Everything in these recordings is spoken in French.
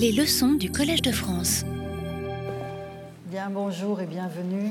Les leçons du Collège de France. Bien, bonjour et bienvenue.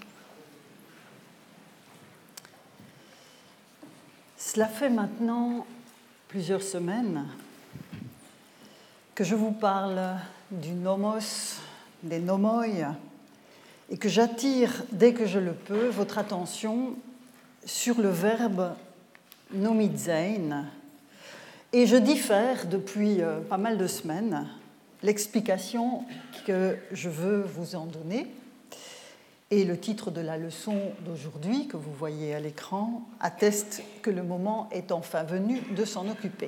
Cela fait maintenant plusieurs semaines que je vous parle du nomos, des nomoi, et que j'attire, dès que je le peux, votre attention sur le verbe nomizein. Et je diffère depuis pas mal de semaines l'explication que je veux vous en donner. Et le titre de la leçon d'aujourd'hui, que vous voyez à l'écran, atteste que le moment est enfin venu de s'en occuper.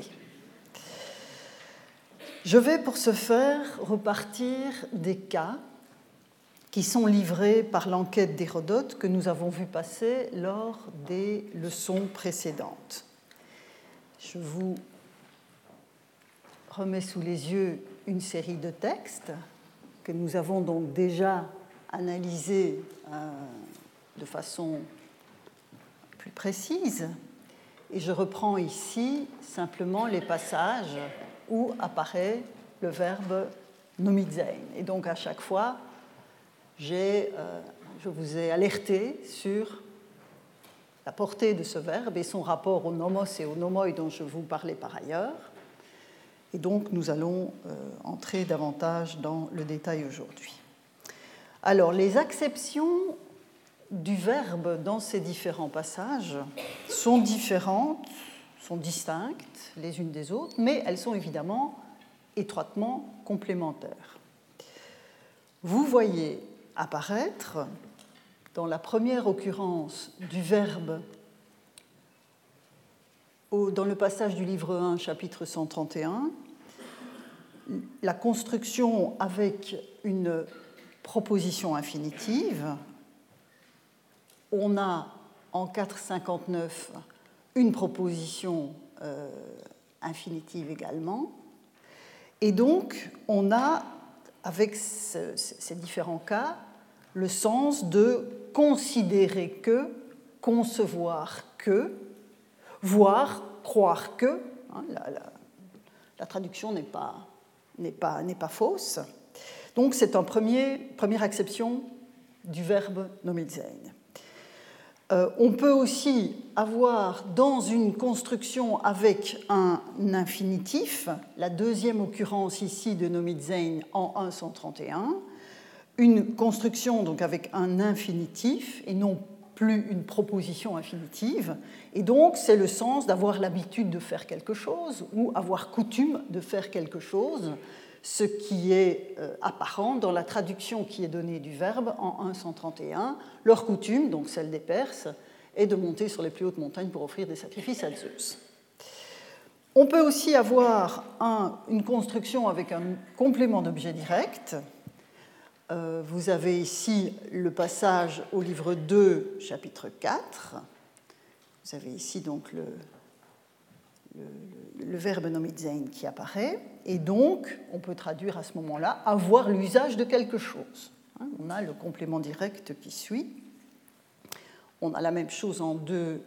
Je vais pour ce faire repartir des cas qui sont livrés par l'enquête d'Hérodote que nous avons vu passer lors des leçons précédentes. Je vous remets sous les yeux une série de textes que nous avons donc déjà analysés de façon plus précise. Et je reprends ici simplement les passages où apparaît le verbe nomizein. Et donc à chaque fois, je vous ai alerté sur la portée de ce verbe et son rapport au nomos et au nomoi dont je vous parlais par ailleurs. Et donc, nous allons entrer davantage dans le détail aujourd'hui. Alors, les acceptions du verbe dans ces différents passages sont différentes, sont distinctes les unes des autres, mais elles sont évidemment étroitement complémentaires. Vous voyez apparaître, dans la première occurrence du verbe dans le passage du livre 1, chapitre 131, la construction avec une proposition infinitive. On a en 4,59 une proposition infinitive également. Et donc, on a, avec ces différents cas, le sens de considérer que, concevoir que, voir, croire que. La traduction n'est pas fausse. Donc, c'est une première acception du verbe nomizein. On peut aussi avoir dans une construction avec un infinitif, la deuxième occurrence ici de nomizein en 131, une construction donc avec un infinitif et non plus une proposition infinitive, et donc c'est le sens d'avoir l'habitude de faire quelque chose ou avoir coutume de faire quelque chose, ce qui est apparent dans la traduction qui est donnée du verbe en 131. Leur coutume, donc celle des Perses, est de monter sur les plus hautes montagnes pour offrir des sacrifices à Zeus. On peut aussi avoir une construction avec un complément d'objet direct. Vous avez ici le passage au livre 2, chapitre 4. Vous avez ici donc le verbe nomizein qui apparaît. Et donc, on peut traduire à ce moment-là « avoir l'usage de quelque chose ». On a le complément direct qui suit. On a la même chose en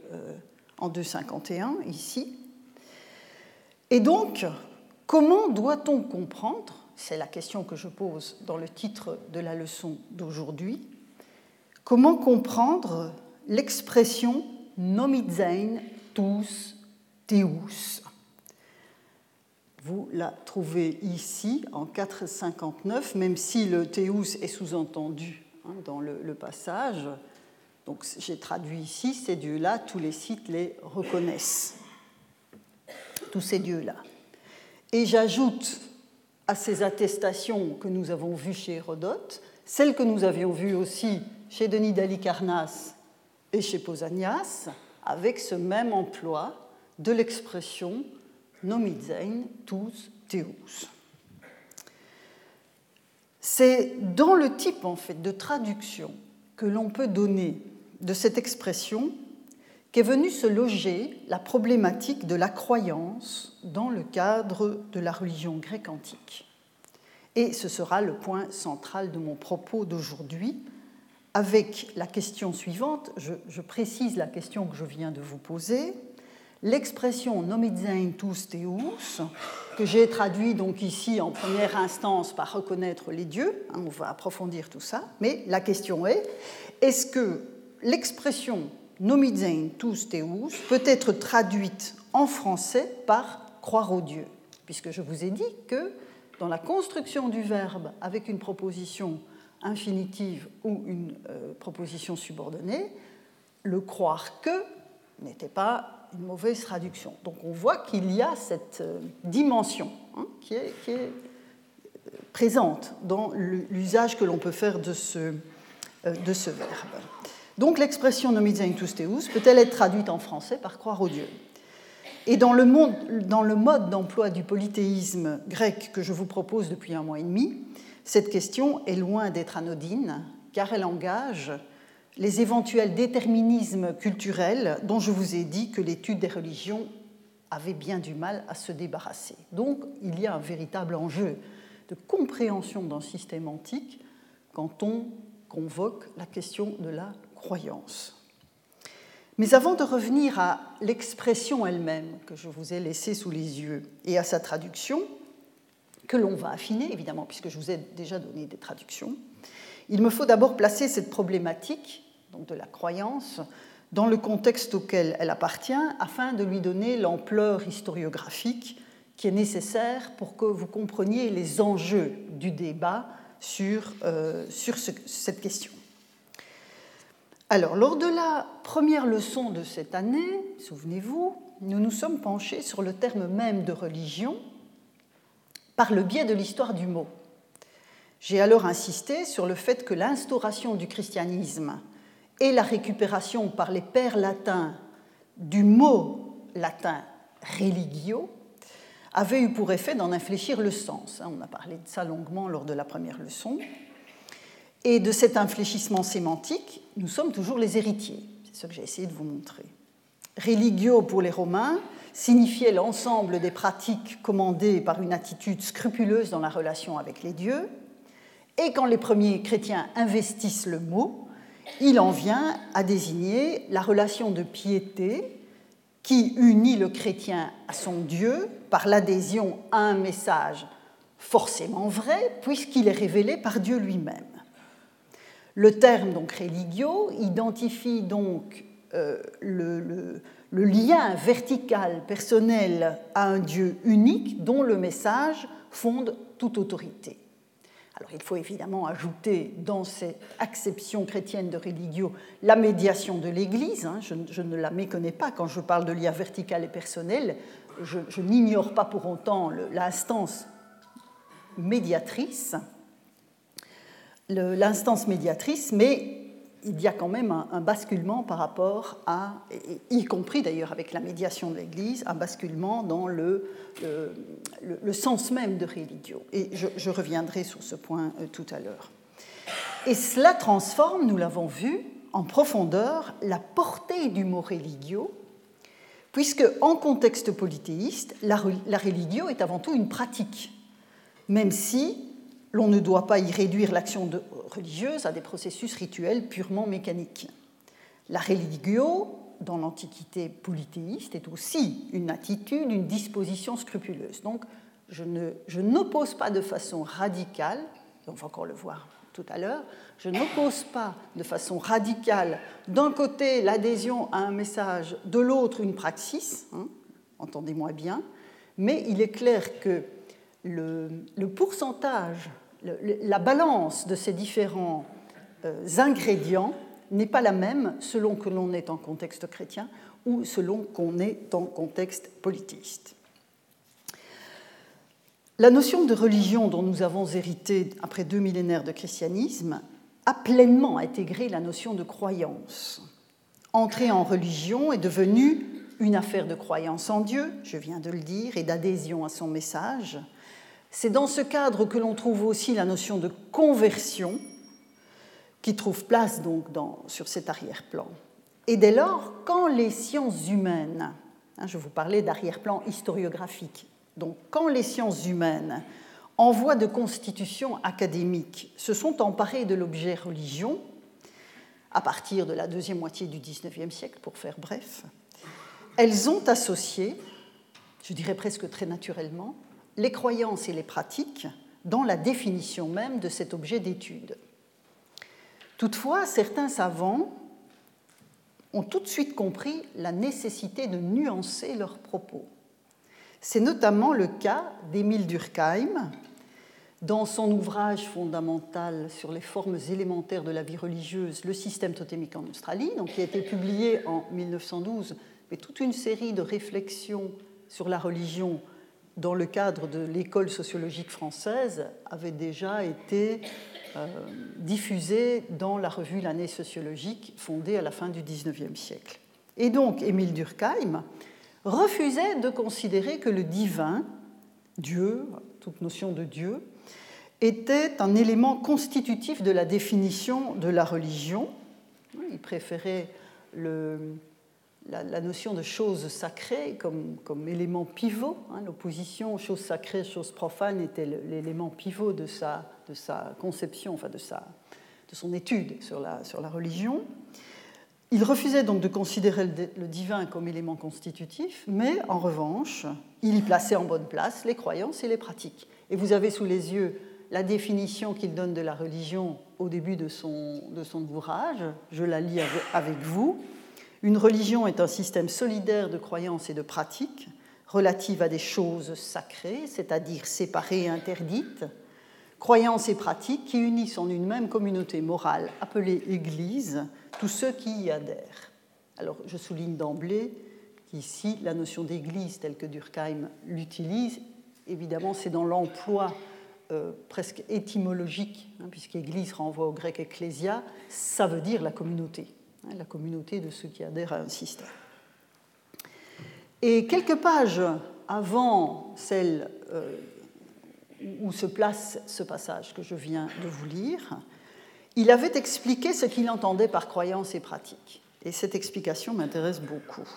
2,51 ici. Et donc, comment doit-on comprendre ? C'est la question que je pose dans le titre de la leçon d'aujourd'hui. Comment comprendre l'expression nomizein tous theous ? Vous la trouvez ici en 4,59, même si le theous est sous-entendu dans le passage. Donc j'ai traduit ici ces dieux-là, tous les sites les reconnaissent. Tous ces dieux-là. Et j'ajoute à ces attestations que nous avons vues chez Hérodote, celles que nous avions vues aussi chez Denis d'Halicarnasse et chez Pausanias, avec ce même emploi de l'expression nomizein tous theous. C'est dans le type en fait de traduction que l'on peut donner de cette expression qu'est venue se loger la problématique de la croyance dans le cadre de la religion grecque antique. Et ce sera le point central de mon propos d'aujourd'hui, avec la question suivante. Je précise la question que je viens de vous poser. l'expression nomidzein tous theous, que j'ai traduit donc ici en première instance par reconnaître les dieux, on va approfondir tout ça, mais la question est-ce que l'expression nomidzein tous theous peut être traduite en français par croire aux dieux, puisque je vous ai dit que dans la construction du verbe avec une proposition infinitive ou une proposition subordonnée, le croire que n'était pas une mauvaise traduction. Donc on voit qu'il y a cette dimension qui est présente dans l'usage que l'on peut faire de ce verbe. Donc l'expression nomidzein tous theous peut-elle être traduite en français par croire aux dieux? Et dans le mode d'emploi du polythéisme grec que je vous propose depuis 1 mois et demi, cette question est loin d'être anodine, car elle engage les éventuels déterminismes culturels dont je vous ai dit que l'étude des religions avait bien du mal à se débarrasser. Donc, il y a un véritable enjeu de compréhension d'un système antique quand on convoque la question de la croyance. Mais avant de revenir à l'expression elle-même que je vous ai laissée sous les yeux et à sa traduction, que l'on va affiner, évidemment, puisque je vous ai déjà donné des traductions, il me faut d'abord placer cette problématique donc de la croyance dans le contexte auquel elle appartient afin de lui donner l'ampleur historiographique qui est nécessaire pour que vous compreniez les enjeux du débat sur cette question. Alors, lors de la première leçon de cette année, souvenez-vous, nous nous sommes penchés sur le terme même de religion par le biais de l'histoire du mot. J'ai alors insisté sur le fait que l'instauration du christianisme et la récupération par les pères latins du mot latin religio avaient eu pour effet d'en infléchir le sens. On a parlé de ça longuement lors de la première leçon. Et de cet infléchissement sémantique, nous sommes toujours les héritiers. C'est ce que j'ai essayé de vous montrer. Religio pour les Romains signifiait l'ensemble des pratiques commandées par une attitude scrupuleuse dans la relation avec les dieux. Et quand les premiers chrétiens investissent le mot, il en vient à désigner la relation de piété qui unit le chrétien à son Dieu par l'adhésion à un message forcément vrai puisqu'il est révélé par Dieu lui-même. Le terme donc religio identifie donc le lien vertical personnel à un Dieu unique dont le message fonde toute autorité. Alors, il faut évidemment ajouter dans cette acception chrétienne de religio la médiation de l'Église. Je ne la méconnais pas quand je parle de lien vertical et personnel. Je n'ignore pas pour autant l'instance médiatrice. Mais il y a quand même un basculement par rapport à, y compris d'ailleurs avec la médiation de l'Église, un basculement dans le sens même de religio. Et je reviendrai sur ce point tout à l'heure. Et cela transforme, nous l'avons vu, en profondeur la portée du mot religio, puisque en contexte polythéiste, la religio est avant tout une pratique, même si l'on ne doit pas y réduire l'action religieuse à des processus rituels purement mécaniques. La religio, dans l'Antiquité polythéiste, est aussi une attitude, une disposition scrupuleuse. Donc, je n'oppose pas de façon radicale, et on va encore le voir tout à l'heure, je n'oppose pas de façon radicale d'un côté l'adhésion à un message, de l'autre une praxis, entendez-moi bien, mais il est clair que le pourcentage, la balance de ces différents ingrédients n'est pas la même selon que l'on est en contexte chrétien ou selon qu'on est en contexte polythéiste. La notion de religion dont nous avons hérité après 2 millénaires de christianisme a pleinement intégré la notion de croyance. Entrer en religion est devenue une affaire de croyance en Dieu, je viens de le dire, et d'adhésion à son message. C'est dans ce cadre que l'on trouve aussi la notion de conversion, qui trouve place donc sur cet arrière-plan. Et dès lors, quand les sciences humaines, je vous parlais d'arrière-plan historiographique, donc quand les sciences humaines, en voie de constitution académique, se sont emparées de l'objet religion, à partir de la deuxième moitié du XIXe siècle, pour faire bref, elles ont associé, je dirais presque très naturellement, les croyances et les pratiques dans la définition même de cet objet d'étude. Toutefois, certains savants ont tout de suite compris la nécessité de nuancer leurs propos. C'est notamment le cas d'Émile Durkheim, dans son ouvrage fondamental sur les formes élémentaires de la vie religieuse, Le système totémique en Australie, donc qui a été publié en 1912, mais toute une série de réflexions sur la religion dans le cadre de l'école sociologique française avait déjà été diffusée dans la revue L'année sociologique, fondée à la fin du XIXe siècle. Et donc, Émile Durkheim refusait de considérer que le divin, Dieu, toute notion de Dieu, était un élément constitutif de la définition de la religion. Il préférait la notion de chose sacrée comme élément pivot. L'opposition chose sacrée, chose profane était l'élément pivot de sa conception, enfin de son étude sur la religion. Il refusait donc de considérer le divin comme élément constitutif, mais en revanche, il y plaçait en bonne place les croyances et les pratiques. Et vous avez sous les yeux la définition qu'il donne de la religion au début de son ouvrage. Je la lis avec vous. Une religion est un système solidaire de croyances et de pratiques relatives à des choses sacrées, c'est-à-dire séparées et interdites, croyances et pratiques qui unissent en une même communauté morale appelée Église tous ceux qui y adhèrent. Alors, je souligne d'emblée qu'ici, la notion d'Église telle que Durkheim l'utilise, évidemment, c'est dans l'emploi presque étymologique, puisqu'Église renvoie au grec ecclésia, ça veut dire la communauté de ceux qui adhèrent à un système. Et quelques pages avant celle où se place ce passage que je viens de vous lire, il avait expliqué ce qu'il entendait par croyance et pratique. Et cette explication m'intéresse beaucoup.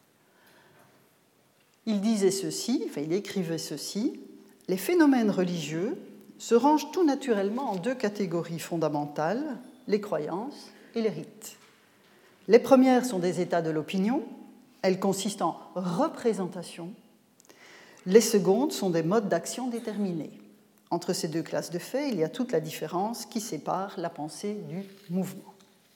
Il disait ceci, enfin il écrivait ceci: les phénomènes religieux se rangent tout naturellement en deux catégories fondamentales, les croyances et les rites. Les premières sont des états de l'opinion, elles consistent en représentation. Les secondes sont des modes d'action déterminés. Entre ces deux classes de faits, il y a toute la différence qui sépare la pensée du mouvement.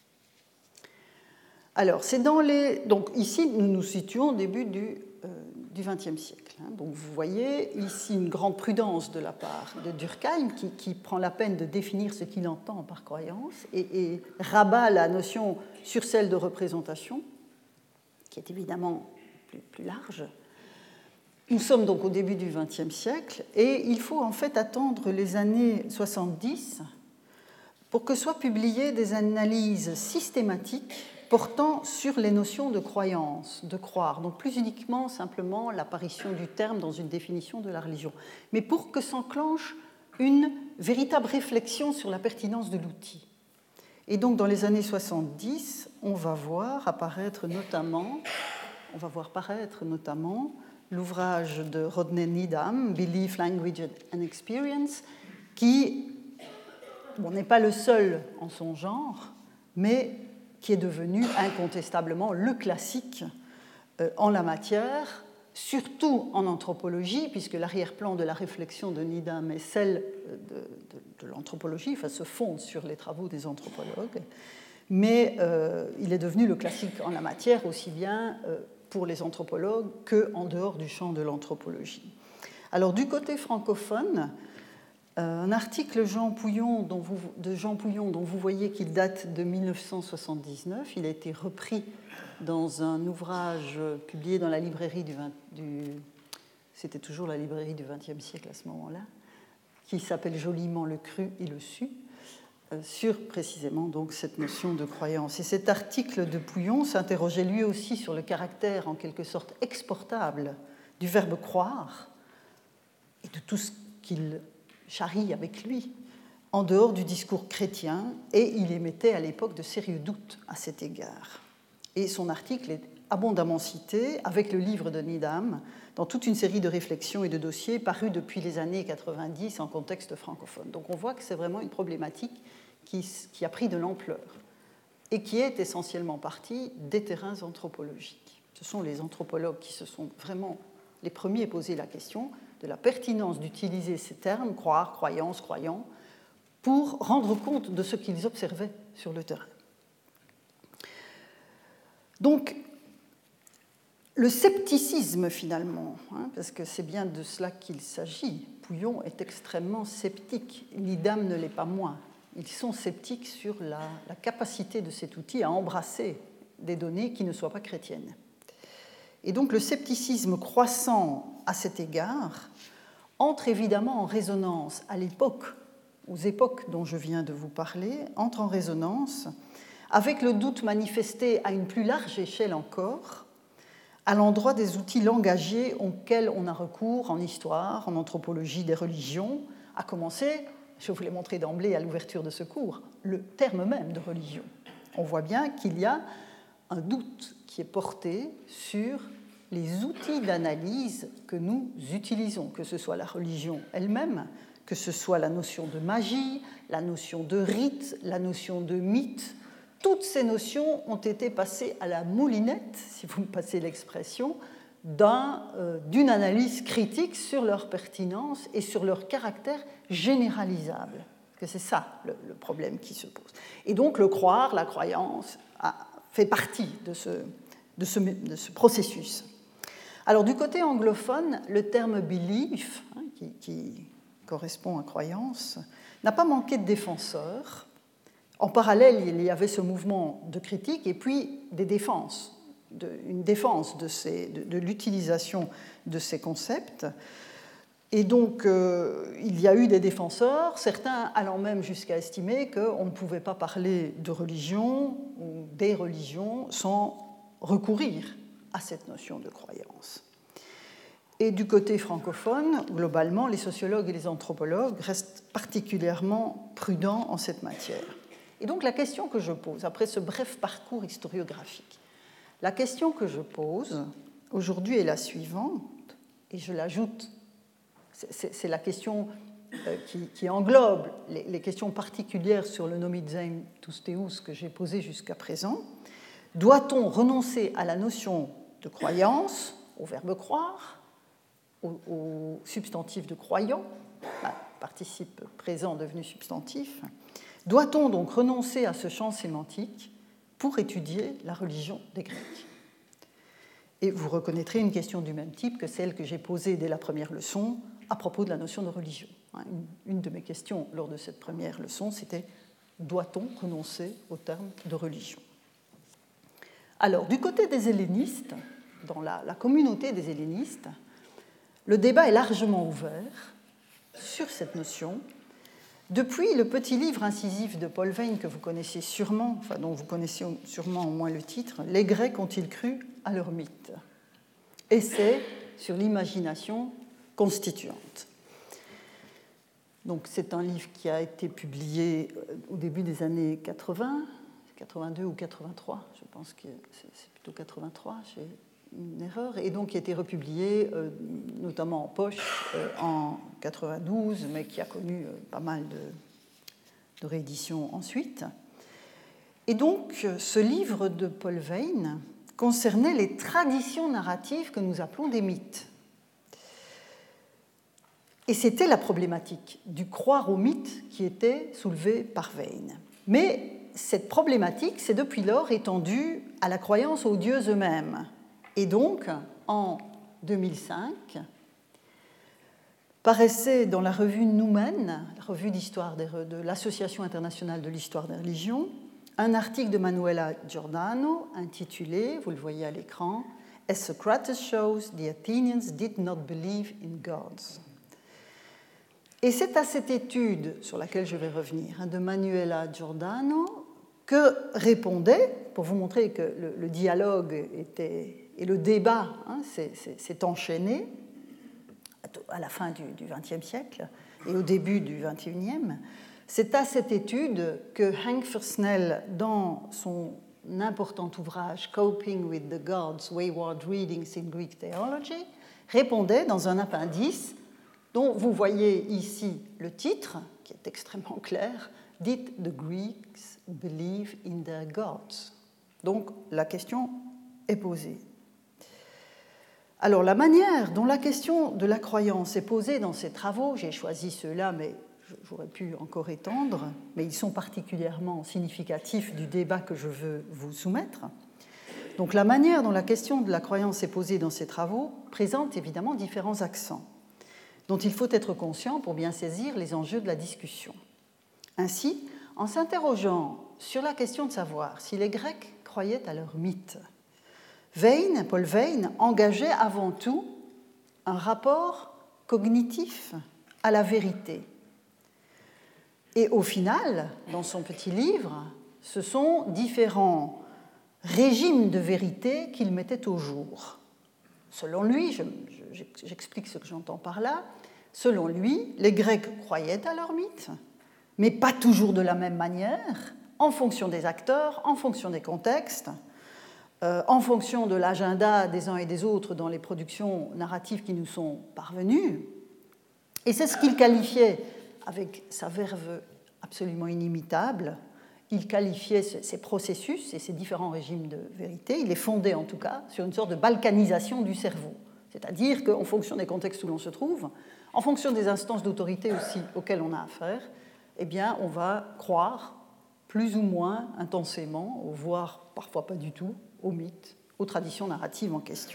Alors, donc ici, nous nous situons au début du XXe siècle. Donc, vous voyez ici une grande prudence de la part de Durkheim qui prend la peine de définir ce qu'il entend par croyance et rabat la notion sur celle de représentation, qui est évidemment plus large. Nous sommes donc au début du XXe siècle et il faut en fait attendre les années 70 pour que soient publiées des analyses systématiques portant sur les notions de croyance, de croire, donc plus uniquement simplement l'apparition du terme dans une définition de la religion, mais pour que s'enclenche une véritable réflexion sur la pertinence de l'outil. Et donc dans les années 70, on va voir paraître notamment l'ouvrage de Rodney Needham, Belief, Language and Experience, qui n'est pas le seul en son genre, mais qui est devenu incontestablement le classique en la matière, surtout en anthropologie, puisque l'arrière-plan de la réflexion de Needham est celle de l'anthropologie, enfin se fonde sur les travaux des anthropologues, mais il est devenu le classique en la matière aussi bien pour les anthropologues qu'en dehors du champ de l'anthropologie. Alors du côté francophone, un article de Jean Pouillon dont vous voyez qu'il date de 1979, il a été repris dans un ouvrage publié dans la librairie c'était toujours la librairie du XXe siècle à ce moment-là, qui s'appelle joliment Le Cru et le Su, sur précisément donc cette notion de croyance. Et cet article de Pouillon s'interrogeait lui aussi sur le caractère en quelque sorte exportable du verbe croire et de tout ce qu'il charrie avec lui en dehors du discours chrétien, et il émettait à l'époque de sérieux doutes à cet égard. Et son article est abondamment cité avec le livre de Needham dans toute une série de réflexions et de dossiers parus depuis les années 90 en contexte francophone. Donc on voit que c'est vraiment une problématique qui a pris de l'ampleur et qui est essentiellement partie des terrains anthropologiques. Ce sont les anthropologues qui se sont vraiment les premiers à poser la question de la pertinence d'utiliser ces termes, croire, croyance, croyant, pour rendre compte de ce qu'ils observaient sur le terrain. Donc, le scepticisme, finalement, parce que c'est bien de cela qu'il s'agit, Pouillon est extrêmement sceptique, l'IDAM ne l'est pas moins. Ils sont sceptiques sur la capacité de cet outil à embrasser des données qui ne soient pas chrétiennes. Et donc le scepticisme croissant à cet égard entre évidemment en résonance à l'époque, aux époques dont je viens de vous parler, entre en résonance avec le doute manifesté à une plus large échelle encore à l'endroit des outils langagiers auxquels on a recours en histoire, en anthropologie des religions, à commencer, je vous l'ai montré d'emblée à l'ouverture de ce cours, le terme même de religion. On voit bien qu'il y a un doute qui est porté sur les outils d'analyse que nous utilisons, que ce soit la religion elle-même, que ce soit la notion de magie, la notion de rite, la notion de mythe. Toutes ces notions ont été passées à la moulinette, si vous me passez l'expression, d'une analyse critique sur leur pertinence et sur leur caractère généralisable. Parce que c'est ça le problème qui se pose. Et donc le croire, la croyance, fait partie de ce processus. Alors du côté anglophone, le terme belief, qui correspond à croyance, n'a pas manqué de défenseurs. En parallèle, il y avait ce mouvement de critique et puis des défenses, une défense de l'utilisation de ces concepts. Et donc, il y a eu des défenseurs, certains allant même jusqu'à estimer qu'on ne pouvait pas parler de religion ou des religions sans recourir à cette notion de croyance. Et du côté francophone, globalement, les sociologues et les anthropologues restent particulièrement prudents en cette matière. Et donc la question que je pose, après ce bref parcours historiographique, la question que je pose aujourd'hui est la suivante, et je l'ajoute, c'est la question qui englobe les questions particulières sur le nomizem tous theous que j'ai posées jusqu'à présent. Doit-on renoncer à la notion de croyance, au verbe croire, au substantif de croyant, participe présent devenu substantif? Doit-on donc renoncer à ce champ sémantique pour étudier la religion des Grecs? Et vous reconnaîtrez une question du même type que celle que j'ai posée dès la première leçon à propos de la notion de religion. Une de mes questions lors de cette première leçon, c'était « Doit-on renoncer au terme de religion ?» Alors, du côté des hellénistes, dans la communauté des hellénistes, le débat est largement ouvert sur cette notion, depuis le petit livre incisif de Paul Veyne que vous connaissez sûrement, enfin dont vous connaissez sûrement au moins le titre, « Les Grecs ont-ils cru à leur mythe ?» Essai sur l'imagination constituante. Donc, c'est un livre qui a été publié au début des années 80, 82 ou 83, je pense que c'est plutôt 83, j'ai une erreur, et donc qui a été republié notamment en poche en 92, mais qui a connu pas mal de rééditions ensuite. Et donc, ce livre de Paul Veyne concernait les traditions narratives que nous appelons des mythes. Et c'était la problématique du croire au mythe qui était soulevée par Veyne. Mais cette problématique s'est depuis lors étendue à la croyance aux dieux eux-mêmes. Et donc, en 2005, paraissait dans la revue Numen, la revue d'histoire de l'Association internationale de l'histoire des religions, un article de Manuela Giordano intitulé, vous le voyez à l'écran, « As Socrates shows, the Athenians did not believe in gods ». Et c'est à cette étude, sur laquelle je vais revenir, de Manuela Giordano, que répondait, pour vous montrer que le dialogue et le débat s'est enchaîné à la fin du XXe siècle et au début du XXIe, c'est à cette étude que Henk Versnell, dans son important ouvrage « Coping with the Gods, Wayward Readings in Greek Theology », répondait dans un appendice dont vous voyez ici le titre, qui est extrêmement clair, « Did the Greeks believe in their gods ?» Donc la question est posée. Alors, la manière dont la question de la croyance est posée dans ces travaux, j'ai choisi ceux-là, mais j'aurais pu encore étendre, mais ils sont particulièrement significatifs du débat que je veux vous soumettre. Donc, la manière dont la question de la croyance est posée dans ces travaux présente évidemment différents accents, dont il faut être conscient pour bien saisir les enjeux de la discussion. Ainsi, en s'interrogeant sur la question de savoir si les Grecs croyaient à leur mythe, Paul Veyne engageait avant tout un rapport cognitif à la vérité. Et au final, dans son petit livre, ce sont différents régimes de vérité qu'il mettait au jour. Selon lui, j'explique ce que j'entends par là, selon lui, les Grecs croyaient à leur mythe, mais pas toujours de la même manière, en fonction des acteurs, en fonction des contextes, en fonction de l'agenda des uns et des autres dans les productions narratives qui nous sont parvenues. Et c'est ce qu'il qualifiait, avec sa verve absolument inimitable, il qualifiait ces processus et ces différents régimes de vérité, il les fondait en tout cas sur une sorte de balkanisation du cerveau. C'est-à-dire qu'en fonction des contextes où l'on se trouve, en fonction des instances d'autorité aussi auxquelles on a affaire, eh bien, on va croire plus ou moins intensément, voire parfois pas du tout, aux mythes, aux traditions narratives en question.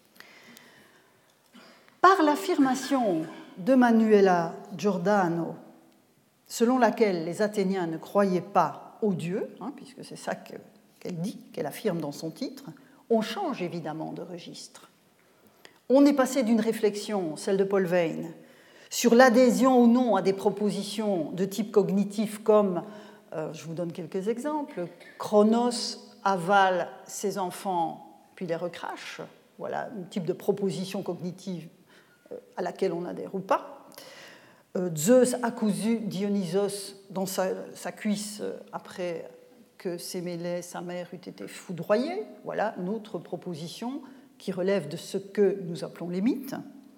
Par l'affirmation de Manuela Giordano, selon laquelle les Athéniens ne croyaient pas aux dieux, puisque c'est ça qu'elle dit, qu'elle affirme dans son titre, on change évidemment de registre. On est passé d'une réflexion, celle de Paul Veyne, sur l'adhésion ou non à des propositions de type cognitif comme, je vous donne quelques exemples, Cronos avale ses enfants puis les recrache, voilà un type de proposition cognitive à laquelle on adhère ou pas. Zeus a cousu Dionysos dans sa cuisse après que Sémélé, sa mère, eût été foudroyée. Voilà une autre proposition qui relève de ce que nous appelons les mythes.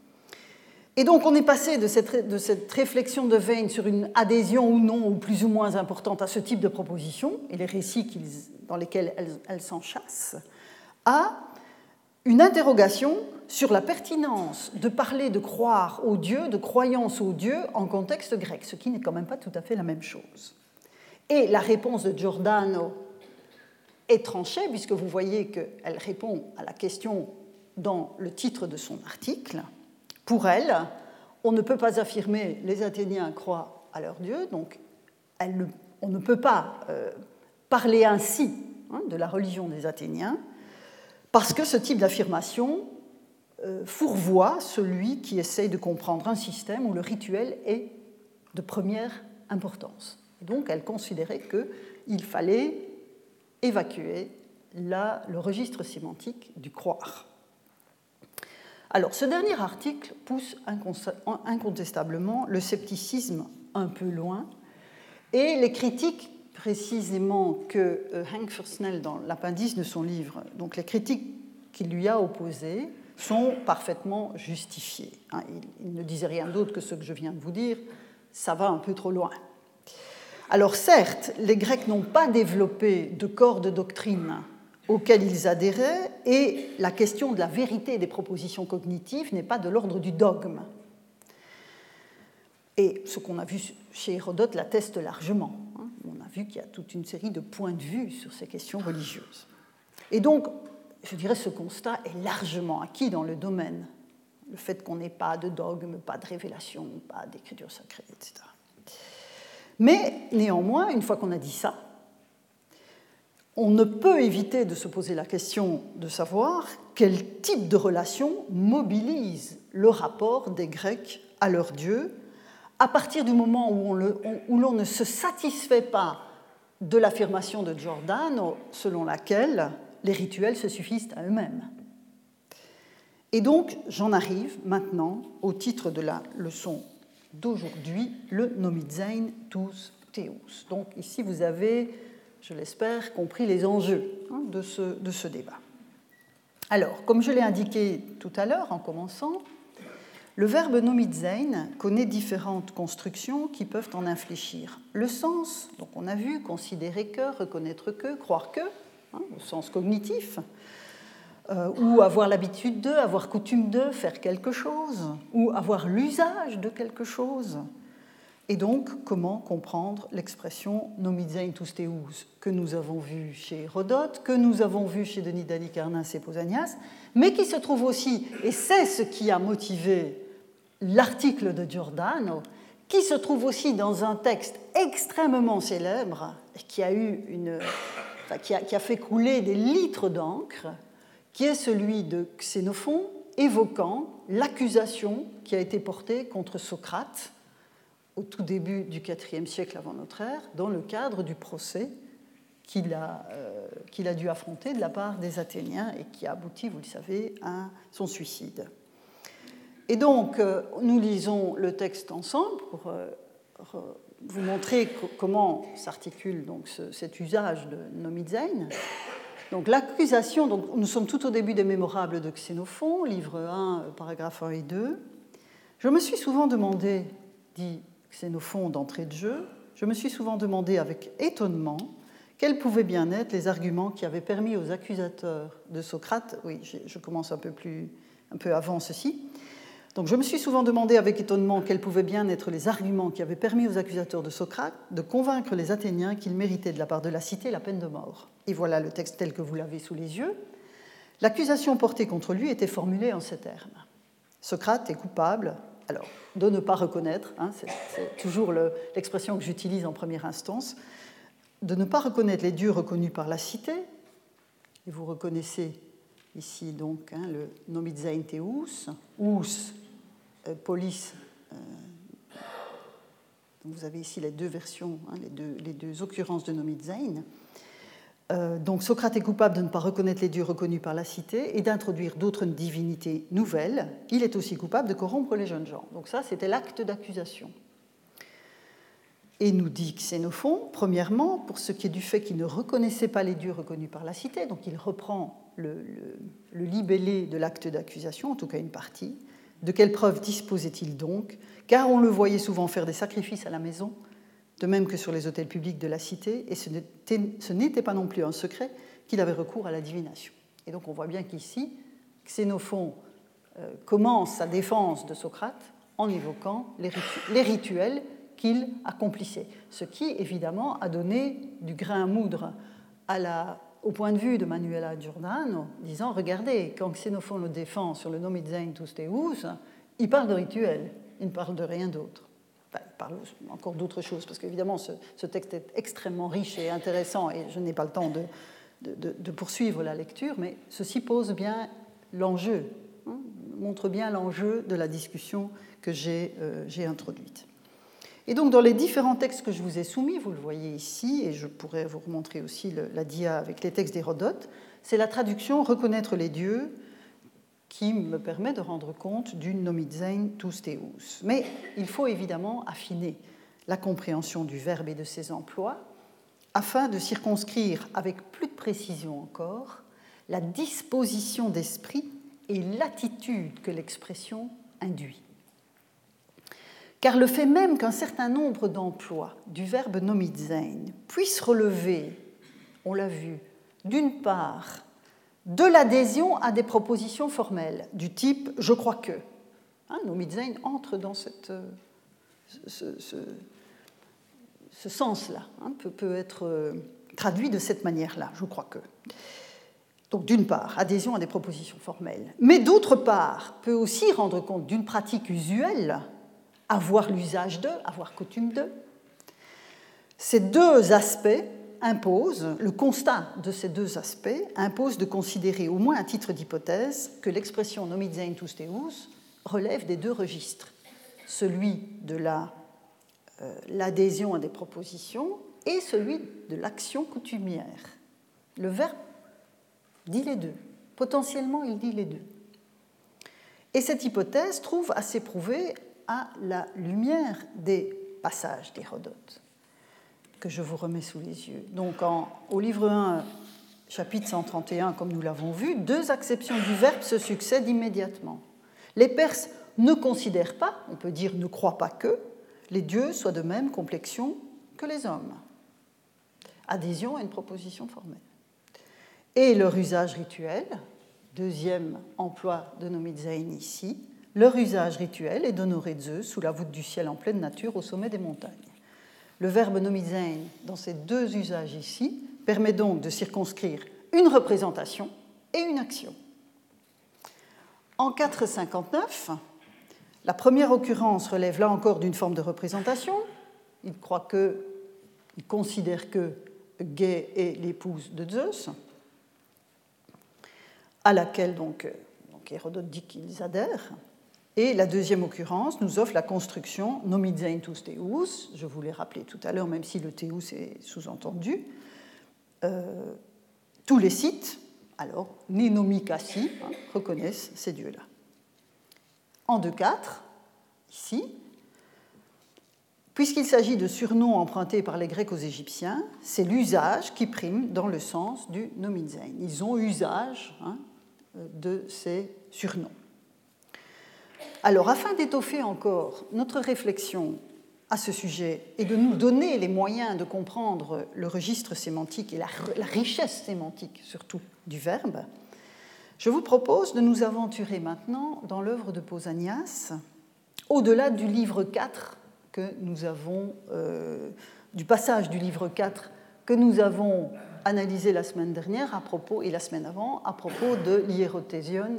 Et donc on est passé de cette réflexion de Veyne sur une adhésion ou non, ou plus ou moins importante à ce type de proposition, et les récits dans lesquels elles s'enchâssent, à une interrogation sur la pertinence de parler de croire aux dieux, de croyance aux dieux en contexte grec, ce qui n'est quand même pas tout à fait la même chose. Et la réponse de Giordano est tranchée, puisque vous voyez qu'elle répond à la question dans le titre de son article. Pour elle, on ne peut pas affirmer les Athéniens croient à leur dieu, donc on ne peut pas parler ainsi de la religion des Athéniens, parce que ce type d'affirmation fourvoie celui qui essaye de comprendre un système où le rituel est de première importance. Et donc, elle considérait qu'il fallait évacuer le registre sémantique du croire. Alors, ce dernier article pousse incontestablement le scepticisme un peu loin, et les critiques précisément que Henk Versnell dans l'appendice de son livre, donc les critiques qu'il lui a opposées, sont parfaitement justifiées. Il ne disait rien d'autre que ce que je viens de vous dire, ça va un peu trop loin. Alors certes, les Grecs n'ont pas développé de corps de doctrine auxquels ils adhéraient, et la question de la vérité des propositions cognitives n'est pas de l'ordre du dogme. Et ce qu'on a vu chez Hérodote l'atteste largement. On a vu qu'il y a toute une série de points de vue sur ces questions religieuses. Et donc, je dirais, ce constat est largement acquis dans le domaine. Le fait qu'on n'ait pas de dogme, pas de révélation, pas d'écriture sacrée, etc. Mais néanmoins, une fois qu'on a dit ça, on ne peut éviter de se poser la question de savoir quel type de relation mobilise le rapport des Grecs à leur Dieu à partir du moment où l'on ne se satisfait pas de l'affirmation de Giordano selon laquelle les rituels se suffisent à eux-mêmes. Et donc, j'en arrive maintenant au titre de la leçon d'aujourd'hui, le nomizein tous theos. Donc ici, vous avez, je l'espère, compris les enjeux de ce débat. Alors, comme je l'ai indiqué tout à l'heure en commençant, le verbe nomizein connaît différentes constructions qui peuvent en infléchir. Le sens, donc on a vu, considérer que, reconnaître que, croire que, au sens cognitif, ou avoir l'habitude de, avoir coutume de faire quelque chose, ou avoir l'usage de quelque chose. Et donc, comment comprendre l'expression nomidzein tous teous que nous avons vue chez Hérodote, que nous avons vue chez Denis d'Halicarnasse et Pausanias, mais qui se trouve aussi, et c'est ce qui a motivé l'article de Giordano, qui se trouve aussi dans un texte extrêmement célèbre, qui a fait couler des litres d'encre, qui est celui de Xénophon, évoquant l'accusation qui a été portée contre Socrate au tout début du IVe siècle avant notre ère, dans le cadre du procès qu'il a dû affronter de la part des Athéniens et qui a abouti, vous le savez, à son suicide. Et donc, nous lisons le texte ensemble pour vous montrer comment s'articule donc cet usage de nomidzein. Donc, l'accusation, donc, nous sommes tout au début des Mémorables de Xénophon, livre 1, paragraphes 1 et 2. Je me suis souvent demandé, dit Xénophon d'entrée de jeu, je me suis souvent demandé avec étonnement quels pouvaient bien être les arguments qui avaient permis aux accusateurs de Socrate, oui, je commence un peu avant ceci, donc je me suis souvent demandé avec étonnement quels pouvaient bien être les arguments qui avaient permis aux accusateurs de Socrate de convaincre les Athéniens qu'ils méritaient de la part de la cité la peine de mort. Et voilà le texte tel que vous l'avez sous les yeux. L'accusation portée contre lui était formulée en ces termes. Socrate est coupable, alors, de ne pas reconnaître, c'est toujours l'expression que j'utilise en première instance, de ne pas reconnaître les dieux reconnus par la cité, et vous reconnaissez ici donc le nomidzein teous, ous, polis, donc vous avez ici les deux versions, les deux occurrences de nomidzein. Donc Socrate est coupable de ne pas reconnaître les dieux reconnus par la cité et d'introduire d'autres divinités nouvelles. Il est aussi coupable de corrompre les jeunes gens. Donc ça, c'était l'acte d'accusation. Et nous dit Xénophon, premièrement, pour ce qui est du fait qu'il ne reconnaissait pas les dieux reconnus par la cité, donc il reprend le libellé de l'acte d'accusation, en tout cas une partie. De quelles preuves disposait-il donc? Car on le voyait souvent faire des sacrifices à la maison, de même que sur les autels publics de la cité, et ce n'était pas non plus un secret qu'il avait recours à la divination. Et donc on voit bien qu'ici, Xénophon commence sa défense de Socrate en évoquant les rituels qu'il accomplissait, ce qui évidemment a donné du grain à moudre au point de vue de Manuela Giordano, disant, regardez, quand Xénophon le défend sur le nomidzein tous teous, il parle de rituels, il ne parle de rien d'autre. Enfin, il parle encore d'autres choses, parce qu'évidemment, ce texte est extrêmement riche et intéressant, et je n'ai pas le temps de poursuivre la lecture, mais ceci pose bien l'enjeu, montre bien l'enjeu de la discussion que j'ai introduite. Et donc, dans les différents textes que je vous ai soumis, vous le voyez ici, et je pourrais vous remontrer aussi la dia avec les textes d'Hérodote, c'est la traduction « reconnaître les dieux » qui me permet de rendre compte du nomidzein tous teous. Mais il faut évidemment affiner la compréhension du verbe et de ses emplois afin de circonscrire avec plus de précision encore la disposition d'esprit et l'attitude que l'expression induit. Car le fait même qu'un certain nombre d'emplois du verbe nomidzein puissent relever, on l'a vu, d'une part, de l'adhésion à des propositions formelles du type « je crois que ». Nomidzein entre dans ce sens-là, peut être traduit de cette manière-là, « je crois que ». Donc d'une part, adhésion à des propositions formelles, mais d'autre part, peut aussi rendre compte d'une pratique usuelle, avoir l'usage de, avoir coutume de. Ces deux aspects impose, le constat de ces deux aspects impose de considérer au moins à titre d'hypothèse que l'expression nomidzein tous teous relève des deux registres, celui de l'adhésion à des propositions et celui de l'action coutumière. Le verbe dit les deux. Potentiellement, il dit les deux. Et cette hypothèse trouve à s'éprouver à la lumière des passages d'Hérodote que je vous remets sous les yeux. Donc, au livre 1, chapitre 131, comme nous l'avons vu, deux acceptions du verbe se succèdent immédiatement. Les Perses ne considèrent pas, on peut dire ne croient pas que, les dieux soient de même complexion que les hommes. Adhésion à une proposition formelle. Et leur usage rituel, deuxième emploi de Nomizaïn ici, leur usage rituel est d'honorer Zeus sous la voûte du ciel en pleine nature au sommet des montagnes. Le verbe Nomizaïn, dans ces deux usages ici, permet donc de circonscrire une représentation et une action. En 459, la première occurrence relève là encore d'une forme de représentation. Il considère que Gai est l'épouse de Zeus, à laquelle donc Hérodote dit qu'ils adhèrent. Et la deuxième occurrence nous offre la construction Nomizain tous Théous, je vous l'ai rappelé tout à l'heure, même si le Théous est sous-entendu. Tous les sites, alors, ni Nomikassi, reconnaissent ces dieux-là. En 2.4, ici, puisqu'il s'agit de surnoms empruntés par les Grecs aux Égyptiens, c'est l'usage qui prime dans le sens du Nomizain. Ils ont usage de ces surnoms. Alors, afin d'étoffer encore notre réflexion à ce sujet et de nous donner les moyens de comprendre le registre sémantique et la richesse sémantique surtout du verbe, je vous propose de nous aventurer maintenant dans l'œuvre de Pausanias, au-delà du livre 4 que nous avons, du passage du livre 4 que nous avons analysé la semaine dernière à propos, et la semaine avant, à propos de l'Hierotution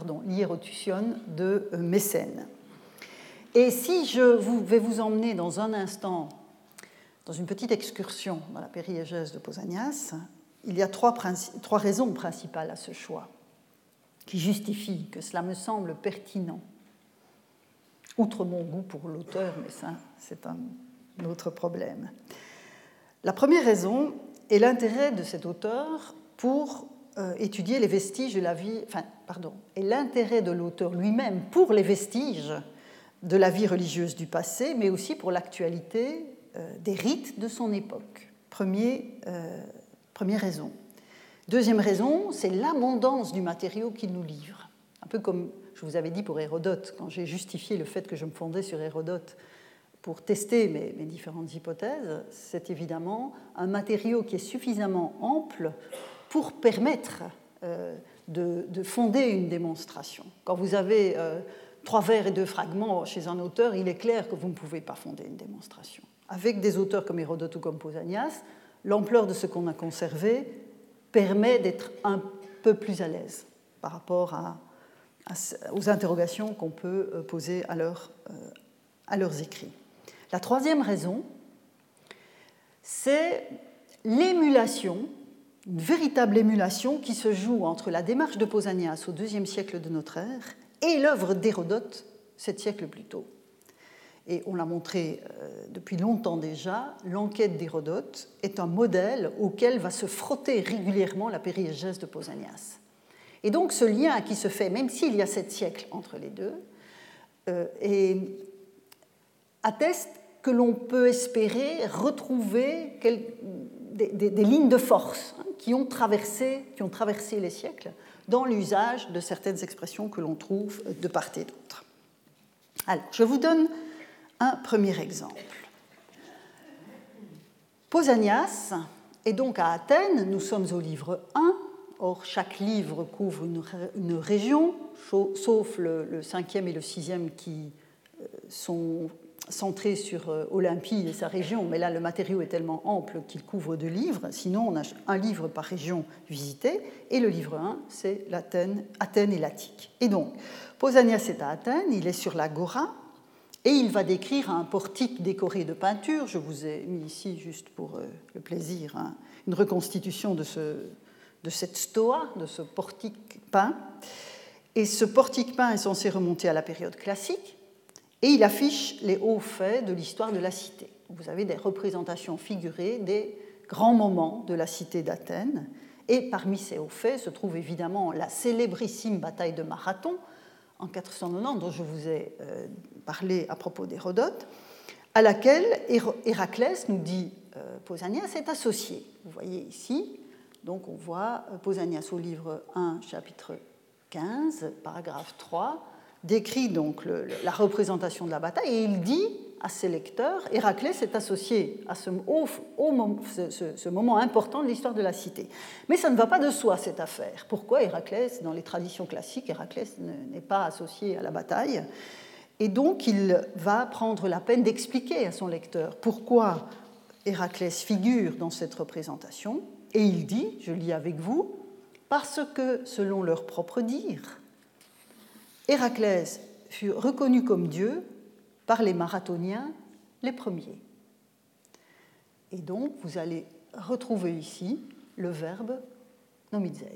de Mécène. Et si je vais vous emmener dans un instant dans une petite excursion dans la périégèse de Pausanias, il y a trois raisons principales à ce choix qui justifient que cela me semble pertinent. Outre mon goût pour l'auteur, mais ça, c'est un autre problème. La première raison est l'intérêt de cet auteur pour étudier les vestiges de la vie, et l'intérêt de l'auteur lui-même pour les vestiges de la vie religieuse du passé, mais aussi pour l'actualité des rites de son époque. Première raison. Deuxième raison, c'est l'abondance du matériau qu'il nous livre. Un peu comme je vous avais dit pour Hérodote, quand j'ai justifié le fait que je me fondais sur Hérodote pour tester mes différentes hypothèses, c'est évidemment un matériau qui est suffisamment ample pour permettre de fonder une démonstration. Quand vous avez 3 vers et 2 fragments chez un auteur, il est clair que vous ne pouvez pas fonder une démonstration. Avec des auteurs comme Hérodote ou comme Pausanias, l'ampleur de ce qu'on a conservé permet d'être un peu plus à l'aise par rapport aux interrogations qu'on peut poser à leurs écrits. La troisième raison, c'est l'émulation, une véritable émulation qui se joue entre la démarche de Pausanias au IIe siècle de notre ère et l'œuvre d'Hérodote 7 siècles plus tôt. Et on l'a montré depuis longtemps déjà, l'enquête d'Hérodote est un modèle auquel va se frotter régulièrement la périégèse de Pausanias. Et donc ce lien qui se fait, même s'il y a 7 siècles entre les deux, atteste que l'on peut espérer retrouver des lignes de force qui ont traversé les siècles dans l'usage de certaines expressions que l'on trouve de part et d'autre. Alors, je vous donne un premier exemple. Pausanias est donc à Athènes, nous sommes au livre 1, or chaque livre couvre une région, sauf le 5e et le 6e qui sont centrés sur Olympie et sa région, mais là le matériau est tellement ample qu'il couvre 2 livres, sinon on a un livre par région visitée, et le livre 1, c'est Athènes et l'Attique. Et donc, Pausanias est à Athènes, il est sur l'agora, et il va décrire un portique décoré de peintures. Je vous ai mis ici, juste pour le plaisir, une reconstitution de cette stoa, de ce portique peint. Et ce portique peint est censé remonter à la période classique, et il affiche les hauts faits de l'histoire de la cité. Vous avez des représentations figurées des grands moments de la cité d'Athènes, et parmi ces hauts faits se trouve évidemment la célébrissime bataille de Marathon, en 490, dont je vous ai parlé à propos d'Hérodote, à laquelle Héraclès, nous dit Pausanias, est associé. Vous voyez ici, donc on voit Pausanias au livre 1, chapitre 15, paragraphe 3, décrit donc la représentation de la bataille, et il dit, à ses lecteurs, Héraclès est associé à ce moment important de l'histoire de la cité. Mais ça ne va pas de soi, cette affaire. Pourquoi Héraclès, dans les traditions classiques, Héraclès n'est pas associé à la bataille? Et donc, il va prendre la peine d'expliquer à son lecteur pourquoi Héraclès figure dans cette représentation. Et il dit, je lis avec vous, parce que, selon leur propre dire, Héraclès fut reconnu comme Dieu par les marathoniens les premiers. Et donc, vous allez retrouver ici le verbe nomizein.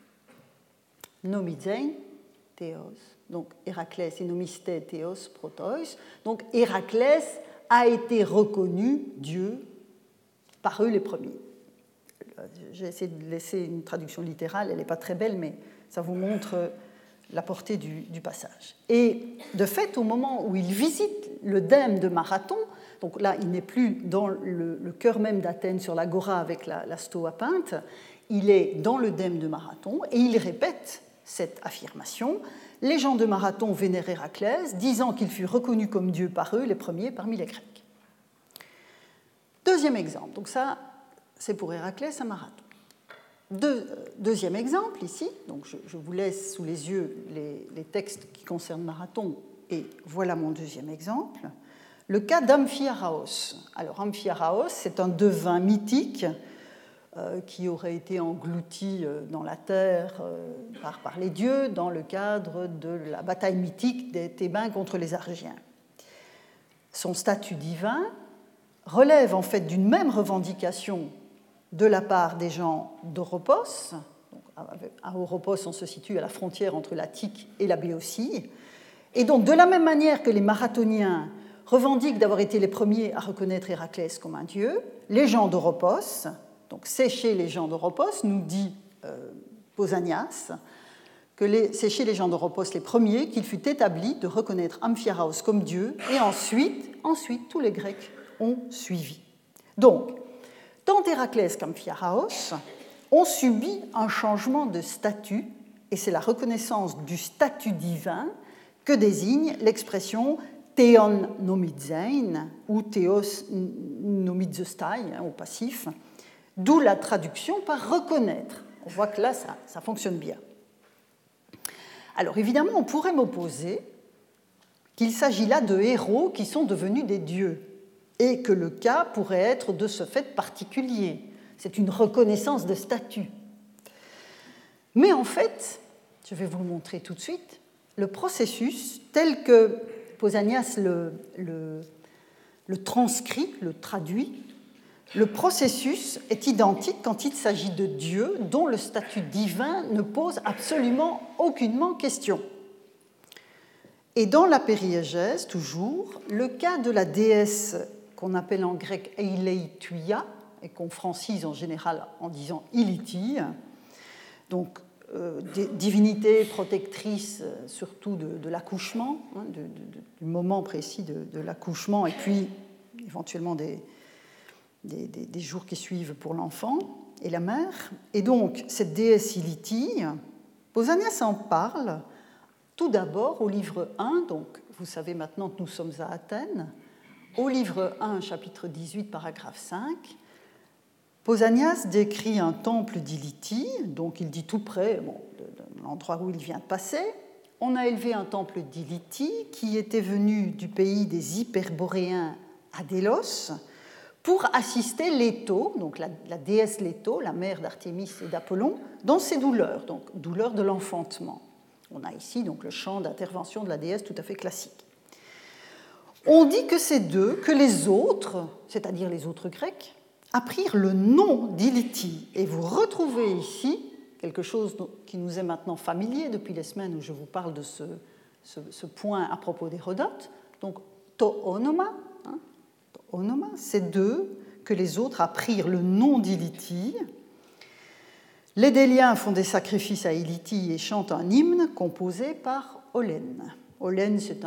Nomizein, théos. Donc, Héraclès et nomisté, théos, protois. Donc, Héraclès a été reconnu Dieu par eux les premiers. J'ai essayé de laisser une traduction littérale, elle n'est pas très belle, mais ça vous montre la portée du passage. Et de fait, au moment où il visite le dème de Marathon, donc là, il n'est plus dans le cœur même d'Athènes sur l'agora avec la stoa peinte, il est dans le dème de Marathon et il répète cette affirmation. Les gens de Marathon vénèrent Héraclès, disant qu'il fut reconnu comme Dieu par eux, les premiers parmi les Grecs. Deuxième exemple, donc ça, c'est pour Héraclès à Marathon. Deuxième exemple ici, donc je vous laisse sous les yeux les textes qui concernent Marathon, et voilà mon deuxième exemple. Le cas d'Amphiaraos. Alors Amphiaraos, c'est un devin mythique qui aurait été englouti dans la terre par les dieux dans le cadre de la bataille mythique des Thébains contre les Argiens. Son statut divin relève en fait d'une même revendication de la part des gens d'Oropos. À Oropos, on se situe à la frontière entre l'Attique et la Béotie. Et donc, de la même manière que les marathoniens revendiquent d'avoir été les premiers à reconnaître Héraclès comme un dieu, les gens d'Oropos, donc c'est chez les gens d'Oropos, nous dit Pausanias, que c'est chez les gens d'Oropos les premiers qu'il fut établi de reconnaître Amphiaraos comme dieu, et ensuite tous les Grecs ont suivi. Donc, tant Héraclès qu'Amphiaraos ont subi un changement de statut, et c'est la reconnaissance du statut divin que désigne l'expression théon nomizein ou théos nomizestai au passif, d'où la traduction par reconnaître. On voit que là, ça fonctionne bien. Alors évidemment, on pourrait m'opposer qu'il s'agit là de héros qui sont devenus des dieux, et que le cas pourrait être de ce fait particulier. C'est une reconnaissance de statut. Mais en fait, je vais vous le montrer tout de suite, le processus tel que Pausanias le transcrit, le traduit, le processus est identique quand il s'agit de dieux dont le statut divin ne pose absolument aucunement question. Et dans la périégèse, toujours, le cas de la déesse qu'on appelle en grec Eileituia, et qu'on francise en général en disant Iliti, donc divinité protectrice surtout de l'accouchement, du moment précis de l'accouchement, et puis éventuellement des jours qui suivent pour l'enfant et la mère. Et donc cette déesse Iliti, Pausanias en parle tout d'abord au livre 1, donc vous savez maintenant que nous sommes à Athènes, au livre 1, chapitre 18, paragraphe 5, Pausanias décrit un temple d'Iliti, donc il dit tout près de l'endroit où il vient de passer. On a élevé un temple d'Iliti qui était venu du pays des Hyperboréens à Délos pour assister Léto, donc la déesse Léto, la mère d'Artémis et d'Apollon, dans ses douleurs, donc douleurs de l'enfantement. On a ici donc le chant d'intervention de la déesse tout à fait classique. On dit que c'est d'eux que les autres, c'est-à-dire les autres Grecs, apprirent le nom d'Iliti. Et vous retrouvez ici quelque chose qui nous est maintenant familier depuis les semaines où je vous parle de ce point à propos d'Hérodote. Donc, toonoma, c'est d'eux que les autres apprirent le nom d'Iliti. Les Déliens font des sacrifices à Iliti et chantent un hymne composé par Olène. Olène, c'est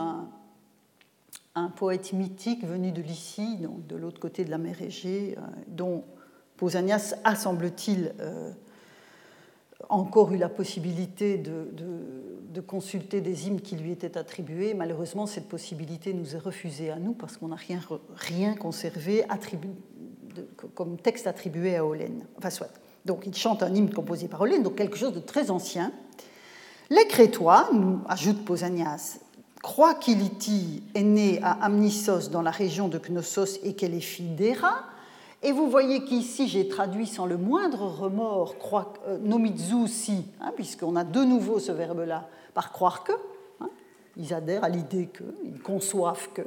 un poète mythique venu de Lycie, donc de l'autre côté de la mer Égée, dont Pausanias a, semble-t-il, encore eu la possibilité de consulter des hymnes qui lui étaient attribués. Malheureusement, cette possibilité nous est refusée à nous parce qu'on n'a rien conservé comme texte attribué à Olène. Enfin, soit. Donc, il chante un hymne composé par Olène, donc quelque chose de très ancien. Les Crétois, nous ajoute Pausanias, croient qu'Ilithyie est née à Amnisos dans la région de Knossos et qu'elle est fille d'Héra. Et vous voyez qu'ici, j'ai traduit sans le moindre remords nomizou si, puisqu'on a de nouveau ce verbe-là, par croire que. Ils adhèrent à l'idée que, ils conçoivent que.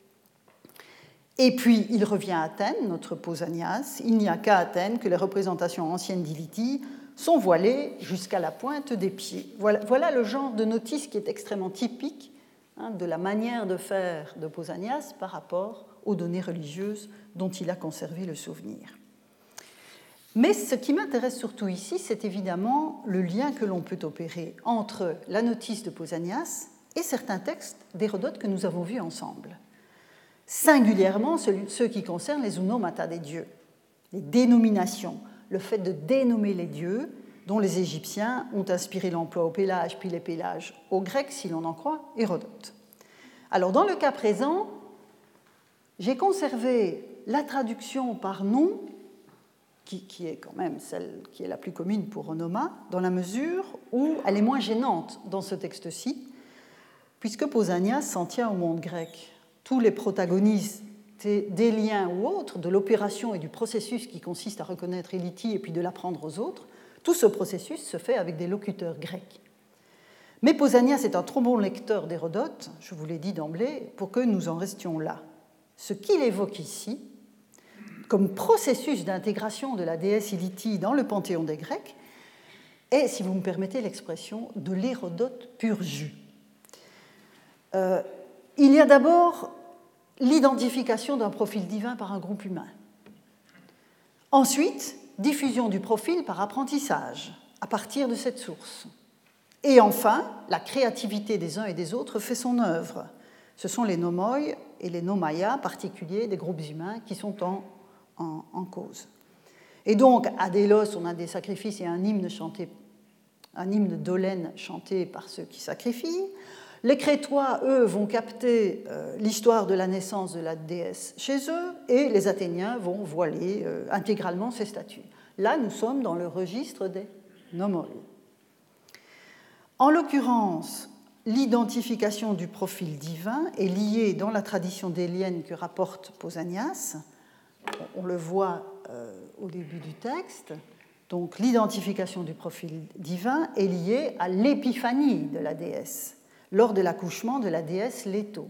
Et puis, il revient à Athènes, notre Pausanias. Il n'y a qu'à Athènes que les représentations anciennes d'Ilithyie sont voilées jusqu'à la pointe des pieds. Voilà le genre de notice qui est extrêmement typique de la manière de faire de Pausanias par rapport aux données religieuses dont il a conservé le souvenir. Mais ce qui m'intéresse surtout ici, c'est évidemment le lien que l'on peut opérer entre la notice de Pausanias et certains textes d'Hérodote que nous avons vus ensemble. Singulièrement ceux qui concernent les onomata des dieux, les dénominations, le fait de dénommer les dieux, dont les Égyptiens ont inspiré l'emploi au Pélage, puis les Pélages aux Grecs, si l'on en croit Hérodote. Alors, dans le cas présent, j'ai conservé la traduction par nom, qui est quand même celle qui est la plus commune pour onoma, dans la mesure où elle est moins gênante dans ce texte-ci, puisque Pausanias s'en tient au monde grec. Tous les protagonistes des liens ou autres, de l'opération et du processus qui consiste à reconnaître Ilithyie et puis de l'apprendre aux autres, tout ce processus se fait avec des locuteurs grecs. Mais Pausanias est un trop bon lecteur d'Hérodote, je vous l'ai dit d'emblée, pour que nous en restions là. Ce qu'il évoque ici, comme processus d'intégration de la déesse Ilithyie dans le panthéon des Grecs, est, si vous me permettez l'expression, de l'Hérodote pur jus. Il y a d'abord l'identification d'un profil divin par un groupe humain. Ensuite, diffusion du profil par apprentissage, à partir de cette source. Et enfin, la créativité des uns et des autres fait son œuvre. Ce sont les nomoi et les nomaya particuliers des groupes humains qui sont en cause. Et donc, à Délos, on a des sacrifices et un hymne d'Olène chanté par ceux qui sacrifient. Les Crétois, eux, vont capter l'histoire de la naissance de la déesse chez eux, et les Athéniens vont voiler intégralement ces statues. Là, nous sommes dans le registre des nomoi. En l'occurrence, l'identification du profil divin est liée dans la tradition délienne que rapporte Pausanias. On le voit au début du texte. Donc, l'identification du profil divin est liée à l'épiphanie de la déesse, lors de l'accouchement de la déesse Leto.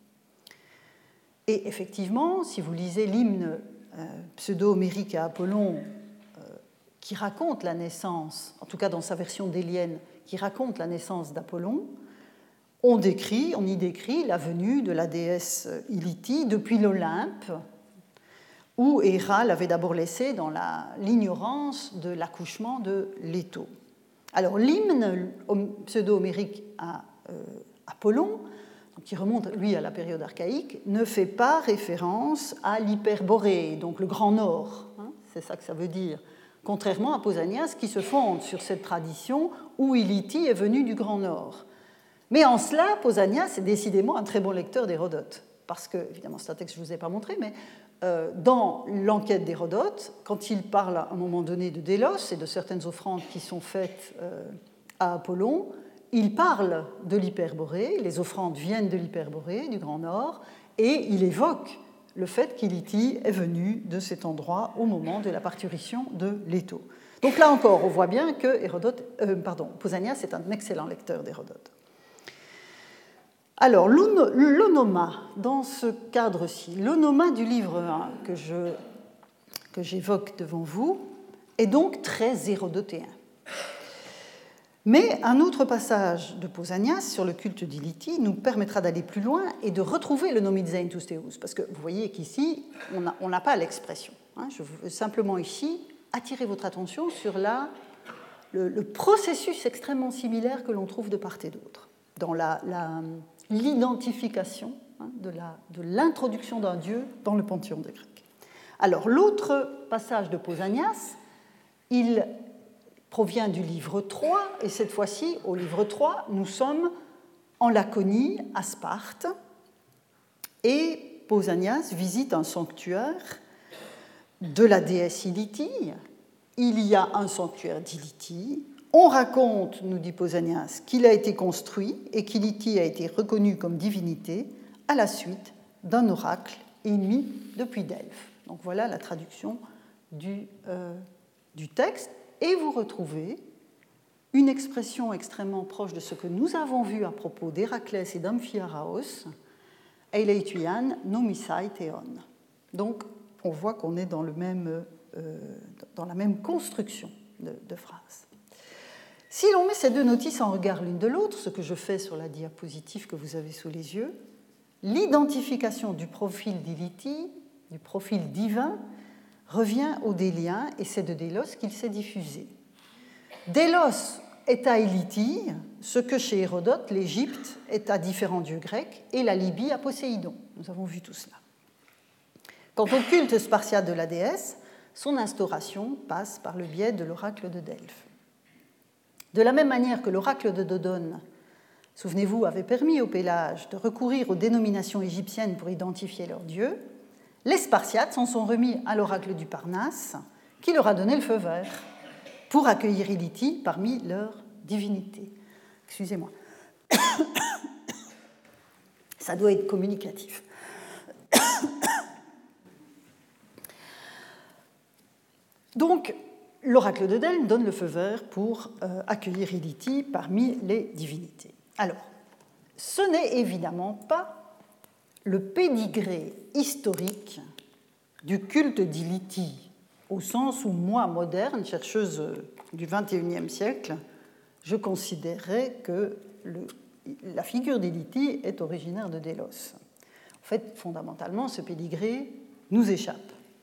Et effectivement, si vous lisez l'hymne pseudo-homérique à Apollon, qui raconte la naissance, en tout cas dans sa version délienne, qui raconte la naissance d'Apollon, on y décrit la venue de la déesse Ilithyie depuis l'Olympe, où Héra l'avait d'abord laissée dans l'ignorance de l'accouchement de Leto. Alors l'hymne pseudo-homérique à Apollon, qui remonte, lui, à la période archaïque, ne fait pas référence à l'Hyperborée, donc le Grand Nord. C'est ça que ça veut dire. Contrairement à Pausanias, qui se fonde sur cette tradition où Ilithyie est venue du Grand Nord. Mais en cela, Pausanias est décidément un très bon lecteur d'Hérodote. Parce que, évidemment, c'est un texte que je ne vous ai pas montré, mais dans l'enquête d'Hérodote, quand il parle à un moment donné de Délos et de certaines offrandes qui sont faites à Apollon, il parle de l'Hyperborée, les offrandes viennent de l'Hyperborée, du Grand Nord, et il évoque le fait qu'Ilithyie est venue de cet endroit au moment de la parturition de Leto. Donc là encore, on voit bien que Pausanias est un excellent lecteur d'Hérodote. Alors, l'onoma, dans ce cadre-ci, l'onoma du livre 1 que j'évoque devant vous est donc très hérodotéen. Mais un autre passage de Pausanias sur le culte d'Ilithyie nous permettra d'aller plus loin et de retrouver le nomizein tous théous, parce que vous voyez qu'ici, on n'a pas l'expression. Je veux simplement ici attirer votre attention sur le processus extrêmement similaire que l'on trouve de part et d'autre, dans l'identification de l'introduction d'un dieu dans le panthéon des Grecs. Alors, l'autre passage de Pausanias, il provient du livre 3, et cette fois-ci, au livre 3, nous sommes en Laconie, à Sparte, et Pausanias visite un sanctuaire de la déesse Ilithyie. Il y a un sanctuaire d'Ilithyie. On raconte, nous dit Pausanias, qu'il a été construit et qu'Ilithyie a été reconnue comme divinité à la suite d'un oracle émis depuis Delphes. Donc voilà la traduction du texte. Et vous retrouvez une expression extrêmement proche de ce que nous avons vu à propos d'Héraclès et d'Amphiaraos, eileituian nomisai theon. Donc on voit qu'on est dans la même construction de phrase. Si l'on met ces deux notices en regard l'une de l'autre, ce que je fais sur la diapositive que vous avez sous les yeux, l'identification du profil d'Ilithyie, du profil divin, revient au Délien, et c'est de Délos qu'il s'est diffusé. Délos est à Ilithyie, ce que chez Hérodote, l'Égypte est à différents dieux grecs, et la Libye à Poséidon. Nous avons vu tout cela. Quant au culte spartiate de la déesse, son instauration passe par le biais de l'oracle de Delphes. De la même manière que l'oracle de Dodone, souvenez-vous, avait permis aux Pélages de recourir aux dénominations égyptiennes pour identifier leurs dieux, les Spartiates s'en sont remis à l'oracle du Parnasse, qui leur a donné le feu vert pour accueillir Ilithyie parmi leurs divinités. Excusez-moi. Ça doit être communicatif. Donc, l'oracle de Delphes donne le feu vert pour accueillir Ilithyie parmi les divinités. Alors, ce n'est évidemment pas le pédigré historique du culte d'Ilithyie, au sens où moi, moderne, chercheuse du XXIe siècle, je considérerais que la figure d'Ilithyie est originaire de Délos. En fait, fondamentalement, ce pédigré nous échappe.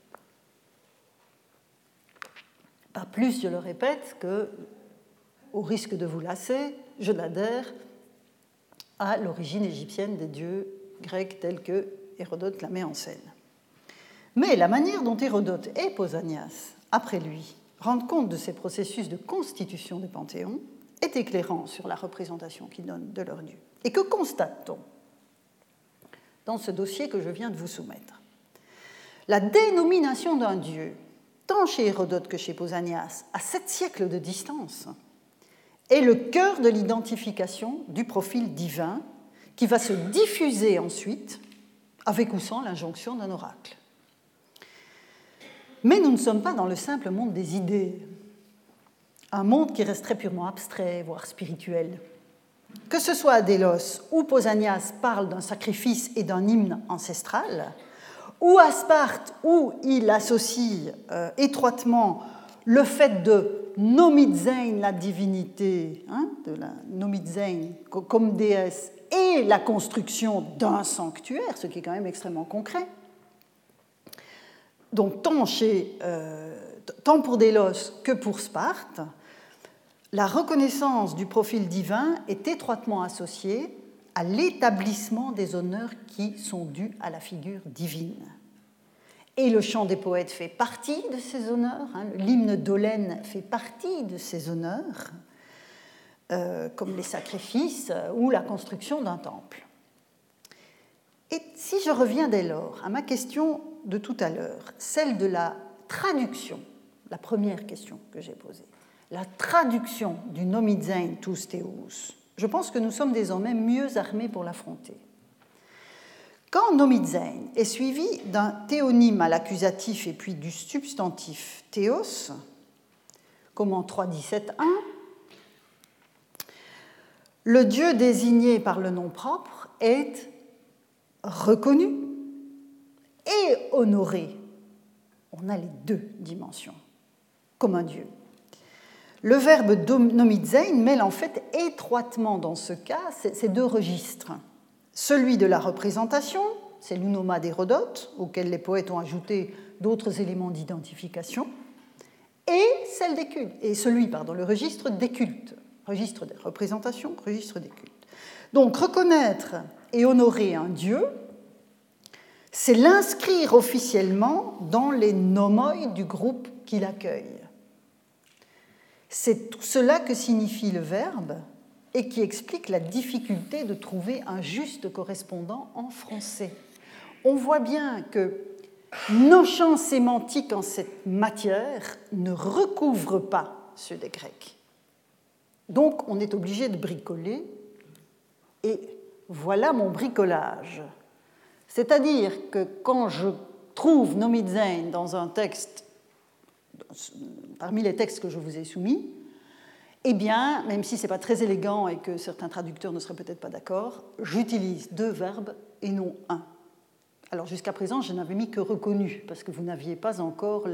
Pas plus, je le répète, que, au risque de vous lasser, je l'adhère à l'origine égyptienne des dieux grecs tels que Hérodote la met en scène. Mais la manière dont Hérodote et Pausanias, après lui, rendent compte de ces processus de constitution des panthéons est éclairant sur la représentation qu'ils donnent de leurs dieux. Et que constate-t-on dans ce dossier que je viens de vous soumettre? La dénomination d'un dieu, tant chez Hérodote que chez Pausanias, à 7 siècles de distance, est le cœur de l'identification du profil divin qui va se diffuser ensuite, avec ou sans l'injonction d'un oracle. Mais nous ne sommes pas dans le simple monde des idées, un monde qui resterait purement abstrait, voire spirituel. Que ce soit à Délos, où Pausanias parle d'un sacrifice et d'un hymne ancestral, ou à Sparte, où il associe étroitement le fait de nomidzein, la divinité, de la nomidzein comme déesse, et la construction d'un sanctuaire, ce qui est quand même extrêmement concret. Donc, tant pour Délos que pour Sparte, la reconnaissance du profil divin est étroitement associée à l'établissement des honneurs qui sont dus à la figure divine. Et le chant des poètes fait partie de ces honneurs, l'hymne d'Olène fait partie de ces honneurs, comme les sacrifices ou la construction d'un temple. Et si je reviens dès lors à ma question de tout à l'heure, celle de la traduction, la première question que j'ai posée, la traduction du nomidzein tous theous, je pense que nous sommes désormais mieux armés pour l'affronter. Quand nomidzein est suivi d'un théonyme à l'accusatif et puis du substantif théos, comme en 3.17.1, le dieu désigné par le nom propre est reconnu et honoré. On a les deux dimensions, comme un dieu. Le verbe nomidzein mêle en fait étroitement dans ce cas ces deux registres. Celui de la représentation, c'est l'unoma d'Hérodote, auquel les poètes ont ajouté d'autres éléments d'identification, et celle des cultes, et le registre des cultes, registre des représentations, registre des cultes. Donc reconnaître et honorer un dieu, c'est l'inscrire officiellement dans les nomoi du groupe qui l'accueille. C'est tout cela que signifie le verbe et qui explique la difficulté de trouver un juste correspondant en français. On voit bien que nos champs sémantiques en cette matière ne recouvrent pas ceux des Grecs. Donc on est obligé de bricoler, et voilà mon bricolage. C'est-à-dire que quand je trouve Nomidzane dans un texte, parmi les textes que je vous ai soumis, eh bien, même si ce n'est pas très élégant et que certains traducteurs ne seraient peut-être pas d'accord, j'utilise 2 verbes et non 1. Alors jusqu'à présent, je n'avais mis que reconnu, parce que vous n'aviez pas encore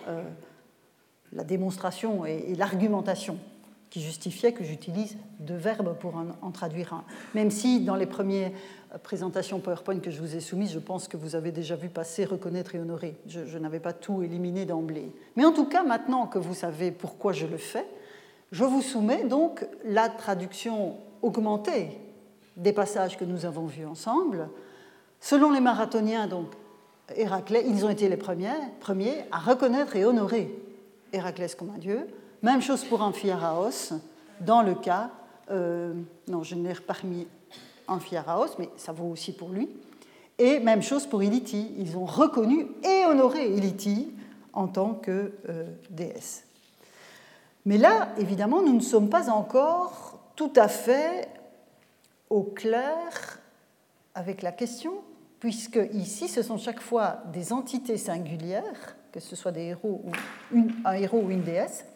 la démonstration et l'argumentation qui justifiait que j'utilise 2 verbes pour en traduire un. Même si dans les premières présentations PowerPoint que je vous ai soumises, je pense que vous avez déjà vu passer reconnaître et honorer. Je n'avais pas tout éliminé d'emblée. Mais en tout cas, maintenant que vous savez pourquoi je le fais, je vous soumets donc la traduction augmentée des passages que nous avons vus ensemble. Selon les marathoniens, donc, Héraclès, ils ont été les premiers à reconnaître et honorer Héraclès comme un dieu. Même chose pour Amphiaraos, dans le cas, non, je n'ai pas remis Amphiaraos, mais ça vaut aussi pour lui. Et même chose pour Ilithyie, ils ont reconnu et honoré Ilithyie en tant que déesse. Mais là, évidemment, nous ne sommes pas encore tout à fait au clair avec la question, puisque ici, ce sont chaque fois des entités singulières, que ce soit des héros un héros ou une déesse,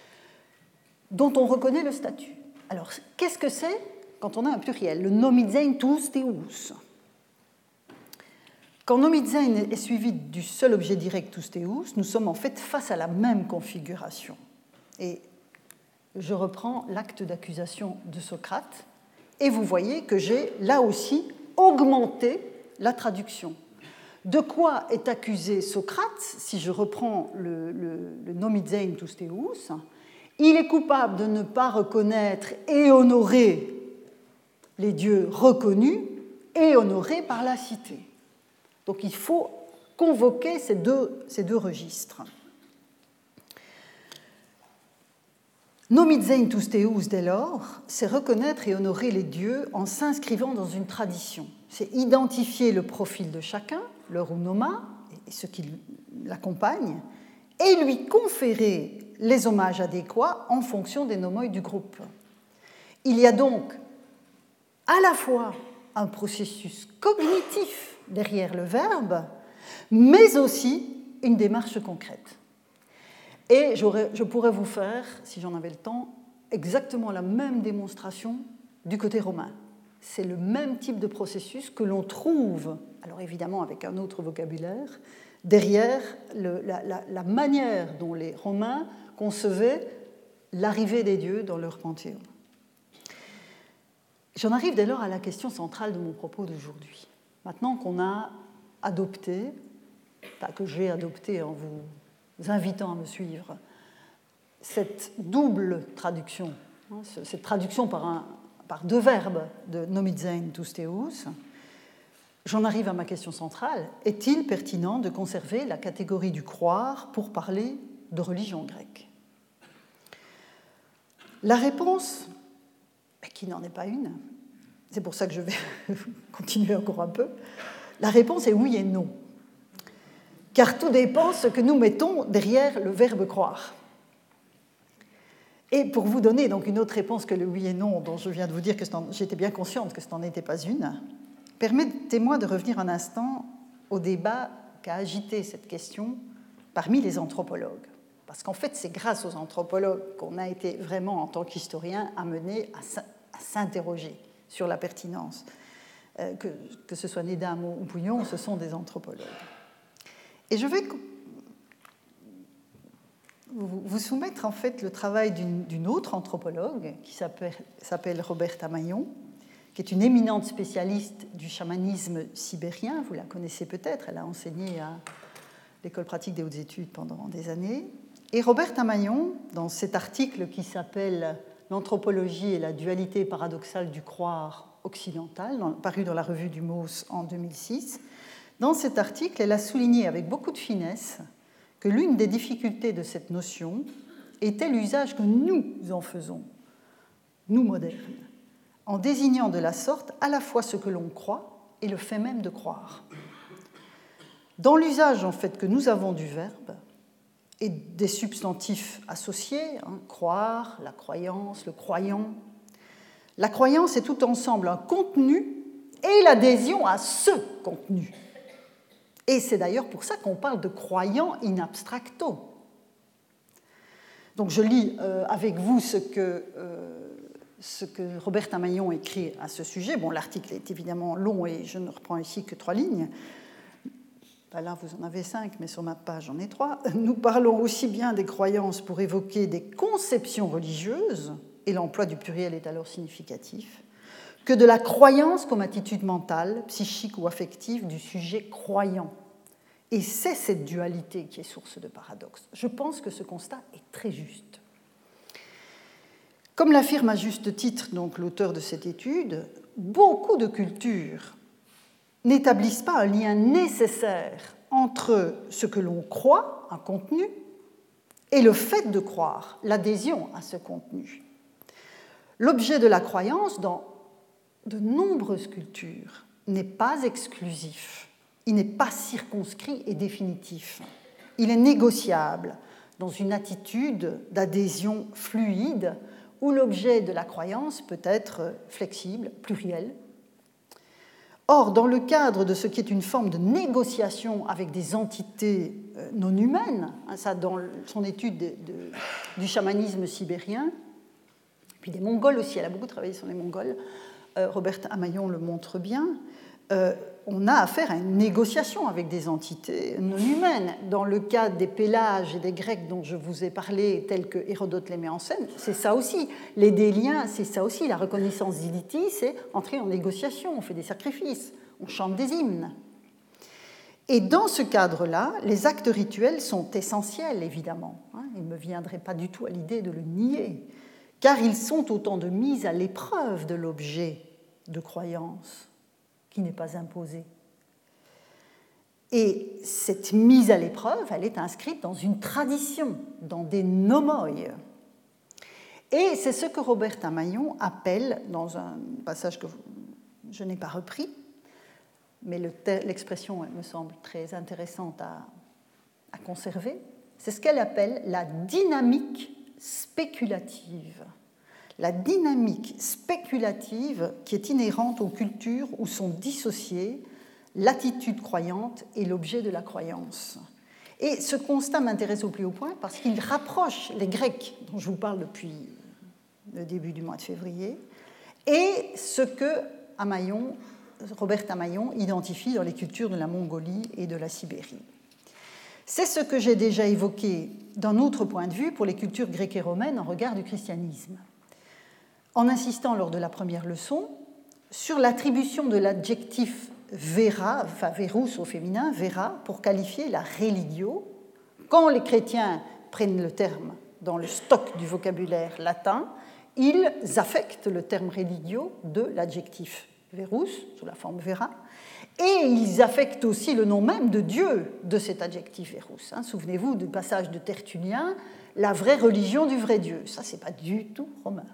dont on reconnaît le statut. Alors, qu'est-ce que c'est quand on a un pluriel? Le Nomidzane tous Théous. Quand Nomidzane est suivi du seul objet direct tous Théous, nous sommes en fait face à la même configuration. Et je reprends l'acte d'accusation de Socrate, et vous voyez que j'ai là aussi augmenté la traduction. De quoi est accusé Socrate, si je reprends le Nomidzane tous Théous? Il est coupable de ne pas reconnaître et honorer les dieux reconnus et honorés par la cité. Donc il faut convoquer ces deux registres. Nomidzane tous Théous, dès lors, c'est reconnaître et honorer les dieux en s'inscrivant dans une tradition. C'est identifier le profil de chacun, leur unoma, et ceux qui l'accompagnent, et lui conférer les hommages adéquats en fonction des nomoi du groupe. Il y a donc à la fois un processus cognitif derrière le verbe, mais aussi une démarche concrète. Et je pourrais vous faire, si j'en avais le temps, exactement la même démonstration du côté romain. C'est le même type de processus que l'on trouve, alors évidemment avec un autre vocabulaire, derrière la manière dont les Romains concevaient l'arrivée des dieux dans leur panthéon. J'en arrive dès lors à la question centrale de mon propos d'aujourd'hui. Maintenant qu'on a adopté, que j'ai adopté en vous invitant à me suivre, cette double traduction, cette traduction par 2 verbes de Nomidzane tous Théous, j'en arrive à ma question centrale. Est-il pertinent de conserver la catégorie du croire pour parler de religion grecque? La réponse, qui n'en est pas une, c'est pour ça que je vais continuer encore un peu, la réponse est oui et non. Car tout dépend ce que nous mettons derrière le verbe croire. Et pour vous donner donc une autre réponse que le oui et non, dont je viens de vous dire que j'étais bien consciente que ce n'en était pas une, permettez-moi de revenir un instant au débat qu'a agité cette question parmi les anthropologues. Parce qu'en fait, c'est grâce aux anthropologues qu'on a été vraiment, en tant qu'historiens, amenés à s'interroger sur la pertinence. Que ce soit Nedam ou Bouillon, ce sont des anthropologues. Et je vais vous soumettre en fait le travail d'une autre anthropologue qui s'appelle Roberta Maillon, qui est une éminente spécialiste du chamanisme sibérien. Vous la connaissez peut-être, elle a enseigné à l'École pratique des hautes études pendant des années. Et Roberta Maillon, dans cet article qui s'appelle « L'anthropologie et la dualité paradoxale du croire occidental », paru dans la revue du MOS en 2006, dans cet article, elle a souligné avec beaucoup de finesse que l'une des difficultés de cette notion était l'usage que nous en faisons, nous modernes, en désignant de la sorte à la fois ce que l'on croit et le fait même de croire. Dans l'usage en fait que nous avons du verbe et des substantifs associés, croire, la croyance, le croyant, la croyance est tout ensemble un contenu et l'adhésion à ce contenu. Et c'est d'ailleurs pour ça qu'on parle de croyant in abstracto. Donc je lis avec vous ce que Robert Amaillon écrit à ce sujet. Bon, l'article est évidemment long et je ne reprends ici que 3 lignes. Là, vous en avez 5, mais sur ma page, j'en ai 3. Nous parlons aussi bien des croyances pour évoquer des conceptions religieuses, et l'emploi du pluriel est alors significatif, que de la croyance comme attitude mentale, psychique ou affective du sujet croyant. Et c'est cette dualité qui est source de paradoxe. Je pense que ce constat est très juste. Comme l'affirme à juste titre donc, l'auteur de cette étude, beaucoup de cultures n'établissent pas un lien nécessaire entre ce que l'on croit, un contenu, et le fait de croire, l'adhésion à ce contenu. L'objet de la croyance, dans de nombreuses cultures, n'est pas exclusif, il n'est pas circonscrit et définitif. Il est négociable dans une attitude d'adhésion fluide où l'objet de la croyance peut être flexible, pluriel. Or, dans le cadre de ce qui est une forme de négociation avec des entités non humaines, ça dans son étude du chamanisme sibérien, puis des Mongols aussi, elle a beaucoup travaillé sur les Mongols, Robert Amaillon le montre bien, on a affaire à une négociation avec des entités non humaines. Dans le cas des Pélages et des Grecs dont je vous ai parlé, tels que Hérodote les met en scène, c'est ça aussi. Les déliens, c'est ça aussi. La reconnaissance d'Iliti, c'est entrer en négociation, on fait des sacrifices, on chante des hymnes. Et dans ce cadre-là, les actes rituels sont essentiels, évidemment. Il ne me viendrait pas du tout à l'idée de le nier, car ils sont autant de mises à l'épreuve de l'objet de croyance qui n'est pas imposée. Et cette mise à l'épreuve, elle est inscrite dans une tradition, dans des nomoi. Et c'est ce que Robert Amaillon appelle, dans un passage que je n'ai pas repris, mais l'expression me semble très intéressante à conserver, c'est ce qu'elle appelle la dynamique spéculative. La dynamique spéculative qui est inhérente aux cultures où sont dissociées l'attitude croyante et l'objet de la croyance. Et ce constat m'intéresse au plus haut point parce qu'il rapproche les Grecs, dont je vous parle depuis le début du mois de février, et ce que Robert Amaillon identifie dans les cultures de la Mongolie et de la Sibérie. C'est ce que j'ai déjà évoqué d'un autre point de vue pour les cultures grecques et romaines en regard du christianisme, en insistant lors de la première leçon sur l'attribution de l'adjectif vera, enfin verus au féminin, vera, pour qualifier la religio. Quand les chrétiens prennent le terme dans le stock du vocabulaire latin, ils affectent le terme religio de l'adjectif verus, sous la forme vera, et ils affectent aussi le nom même de Dieu de cet adjectif verus. Souvenez-vous du passage de Tertullien, la vraie religion du vrai Dieu. Ça, ce n'est pas du tout romain.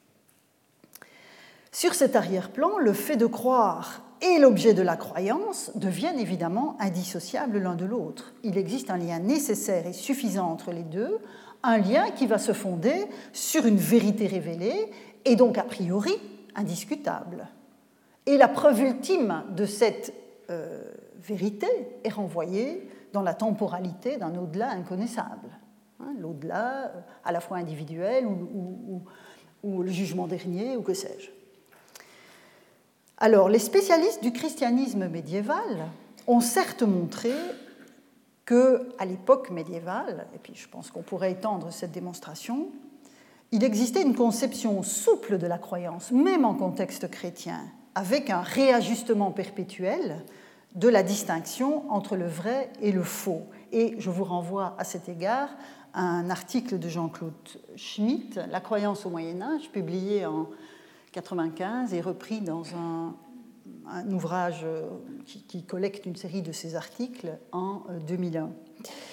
Sur cet arrière-plan, le fait de croire et l'objet de la croyance deviennent évidemment indissociables l'un de l'autre. Il existe un lien nécessaire et suffisant entre les deux, un lien qui va se fonder sur une vérité révélée et donc a priori indiscutable. Et la preuve ultime de cette vérité est renvoyée dans la temporalité d'un au-delà inconnaissable. L'au-delà à la fois individuel ou le jugement dernier, ou que sais-je. Alors, les spécialistes du christianisme médiéval ont certes montré qu'à l'époque médiévale, et puis je pense qu'on pourrait étendre cette démonstration, il existait une conception souple de la croyance, même en contexte chrétien, avec un réajustement perpétuel de la distinction entre le vrai et le faux. Et je vous renvoie à cet égard à un article de Jean-Claude Schmitt, La croyance au Moyen-Âge, publié en 1995 et repris dans un ouvrage qui collecte une série de ces articles en 2001.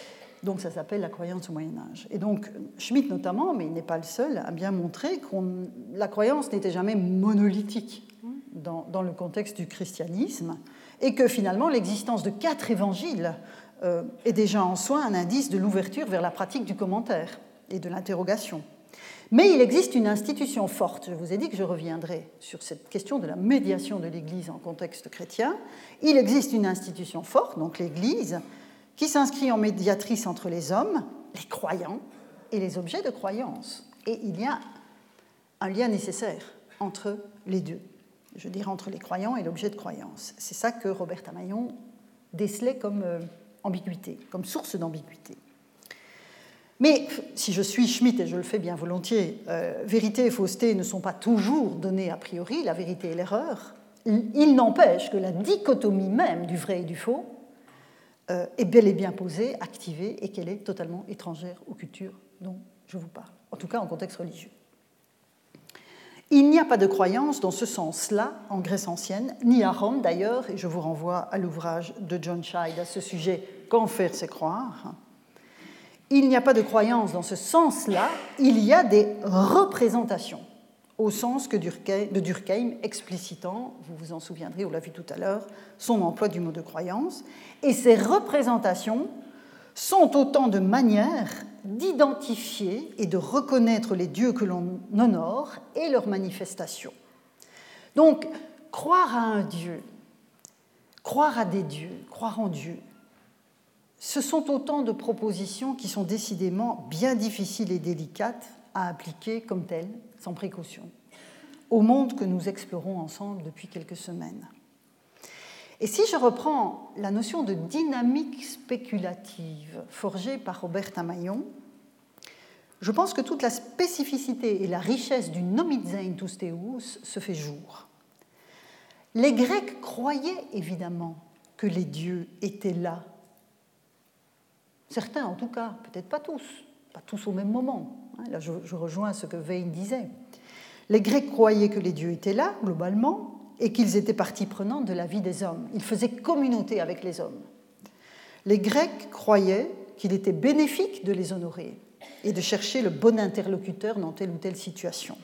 Donc ça s'appelle la croyance au Moyen-Âge. Et donc Schmitt notamment, mais il n'est pas le seul, a bien montré que la croyance n'était jamais monolithique dans le contexte du christianisme, et que finalement l'existence de 4 évangiles est déjà en soi un indice de l'ouverture vers la pratique du commentaire et de l'interrogation. Mais il existe une institution forte. Je vous ai dit que je reviendrai sur cette question de la médiation de l'Église en contexte chrétien. Il existe une institution forte, donc l'Église, qui s'inscrit en médiatrice entre les hommes, les croyants, et les objets de croyance. Et il y a un lien nécessaire entre les deux. Je dirais entre les croyants et l'objet de croyance. C'est ça que Robert Tamayon décelait comme ambiguïté, comme source d'ambiguïté. Mais si je suis Schmitt, et je le fais bien volontiers, vérité et fausseté ne sont pas toujours données a priori, la vérité et l'erreur. Il n'empêche que la dichotomie même du vrai et du faux est bel et bien posée, activée, et qu'elle est totalement étrangère aux cultures dont je vous parle, en tout cas en contexte religieux. Il n'y a pas de croyance dans ce sens-là en Grèce ancienne, ni à Rome d'ailleurs, et je vous renvoie à l'ouvrage de John Scheid à ce sujet, Qu'en faire c'est croire. Il n'y a pas de croyance dans ce sens-là, il y a des représentations, au sens de Durkheim explicitant, vous vous en souviendrez, on l'a vu tout à l'heure, son emploi du mot de croyance. Et ces représentations sont autant de manières d'identifier et de reconnaître les dieux que l'on honore et leurs manifestations. Donc, croire à un dieu, croire à des dieux, croire en Dieu, ce sont autant de propositions qui sont décidément bien difficiles et délicates à appliquer comme telles, sans précaution, au monde que nous explorons ensemble depuis quelques semaines. Et si je reprends la notion de dynamique spéculative forgée par Robert Tamayon, je pense que toute la spécificité et la richesse du nomidzein tous theous se fait jour. Les Grecs croyaient évidemment que les dieux étaient là. Certains en tout cas, peut-être pas tous au même moment. Là, je rejoins ce que Veyne disait. Les Grecs croyaient que les dieux étaient là, globalement, et qu'ils étaient partie prenante de la vie des hommes. Ils faisaient communauté avec les hommes. Les Grecs croyaient qu'il était bénéfique de les honorer et de chercher le bon interlocuteur dans telle ou telle situation.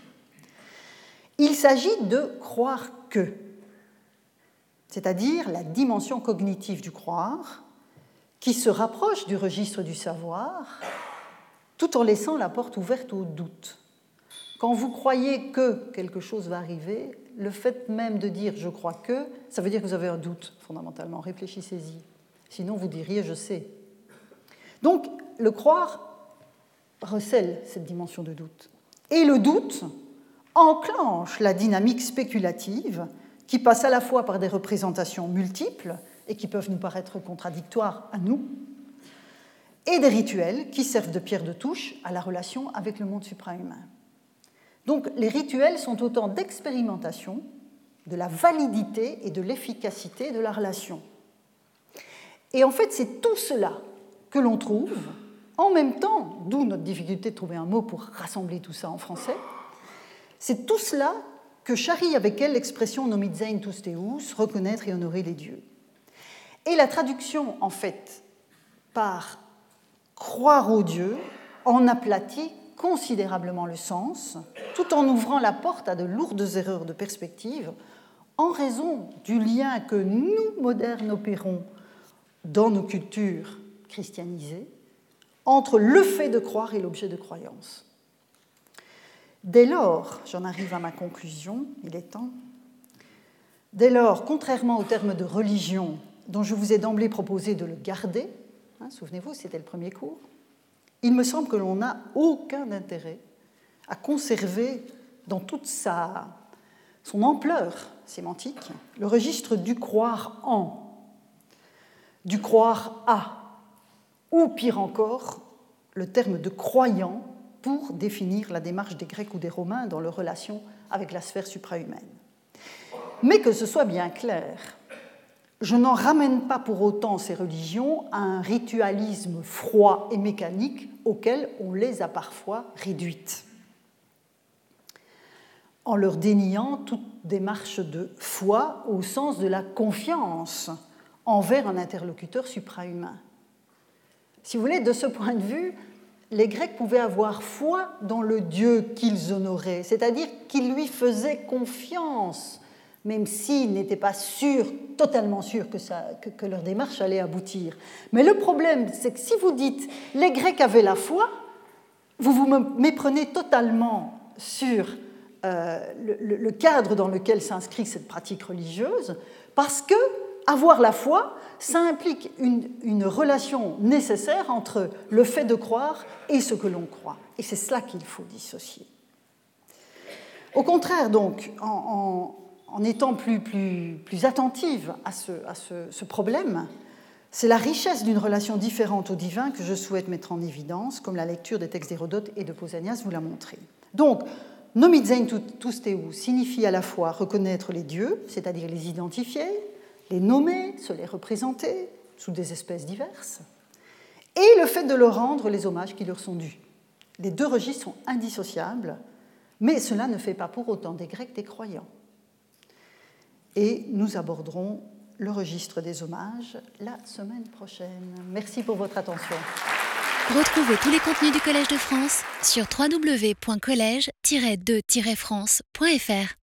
Il s'agit de croire que, c'est-à-dire la dimension cognitive du croire, qui se rapproche du registre du savoir, tout en laissant la porte ouverte au doute. Quand vous croyez que quelque chose va arriver, le fait même de dire « je crois que », ça veut dire que vous avez un doute, fondamentalement. Réfléchissez-y. Sinon, vous diriez « je sais ». Donc, le croire recèle cette dimension de doute. Et le doute enclenche la dynamique spéculative qui passe à la fois par des représentations multiples et qui peuvent nous paraître contradictoires à nous, et des rituels qui servent de pierre de touche à la relation avec le monde suprahumain. Donc les rituels sont autant d'expérimentation de la validité et de l'efficacité de la relation. Et en fait, c'est tout cela que l'on trouve en même temps, d'où notre difficulté de trouver un mot pour rassembler tout ça en français, c'est tout cela que charrie avec elle l'expression nomidzein tous theous, reconnaître et honorer les dieux. Et la traduction, en fait, par croire aux dieux, en aplatit considérablement le sens, tout en ouvrant la porte à de lourdes erreurs de perspective, en raison du lien que nous, modernes, opérons dans nos cultures christianisées, entre le fait de croire et l'objet de croyance. Dès lors, j'en arrive à ma conclusion, il est temps, dès lors, contrairement au terme de religion, dont je vous ai d'emblée proposé de le garder, souvenez-vous, c'était le premier cours, il me semble que l'on n'a aucun intérêt à conserver dans toute son ampleur sémantique le registre du croire en, du croire à, ou pire encore, le terme de croyant pour définir la démarche des Grecs ou des Romains dans leur relation avec la sphère suprahumaine. Mais que ce soit bien clair, je n'en ramène pas pour autant ces religions à un ritualisme froid et mécanique auquel on les a parfois réduites, en leur déniant toute démarche de foi au sens de la confiance envers un interlocuteur suprahumain. Si vous voulez, de ce point de vue, les Grecs pouvaient avoir foi dans le Dieu qu'ils honoraient, c'est-à-dire qu'ils lui faisaient confiance, même s'ils n'étaient pas sûrs, totalement sûrs que leur démarche allait aboutir. Mais le problème, c'est que si vous dites « les Grecs avaient la foi », vous vous méprenez totalement sur le cadre dans lequel s'inscrit cette pratique religieuse, parce que avoir la foi, ça implique une relation nécessaire entre le fait de croire et ce que l'on croit. Et c'est cela qu'il faut dissocier. Au contraire, donc, en étant plus attentive à ce problème, c'est la richesse d'une relation différente au divin que je souhaite mettre en évidence, comme la lecture des textes d'Hérodote et de Pausanias vous l'a montré. Donc, nomizein tous theou signifie à la fois reconnaître les dieux, c'est-à-dire les identifier, les nommer, se les représenter sous des espèces diverses, et le fait de leur rendre les hommages qui leur sont dus. Les deux registres sont indissociables, mais cela ne fait pas pour autant des Grecs des croyants. Et nous aborderons le registre des hommages la semaine prochaine. Merci pour votre attention. Retrouvez tous les contenus du Collège de France sur www.collège-2-france.fr.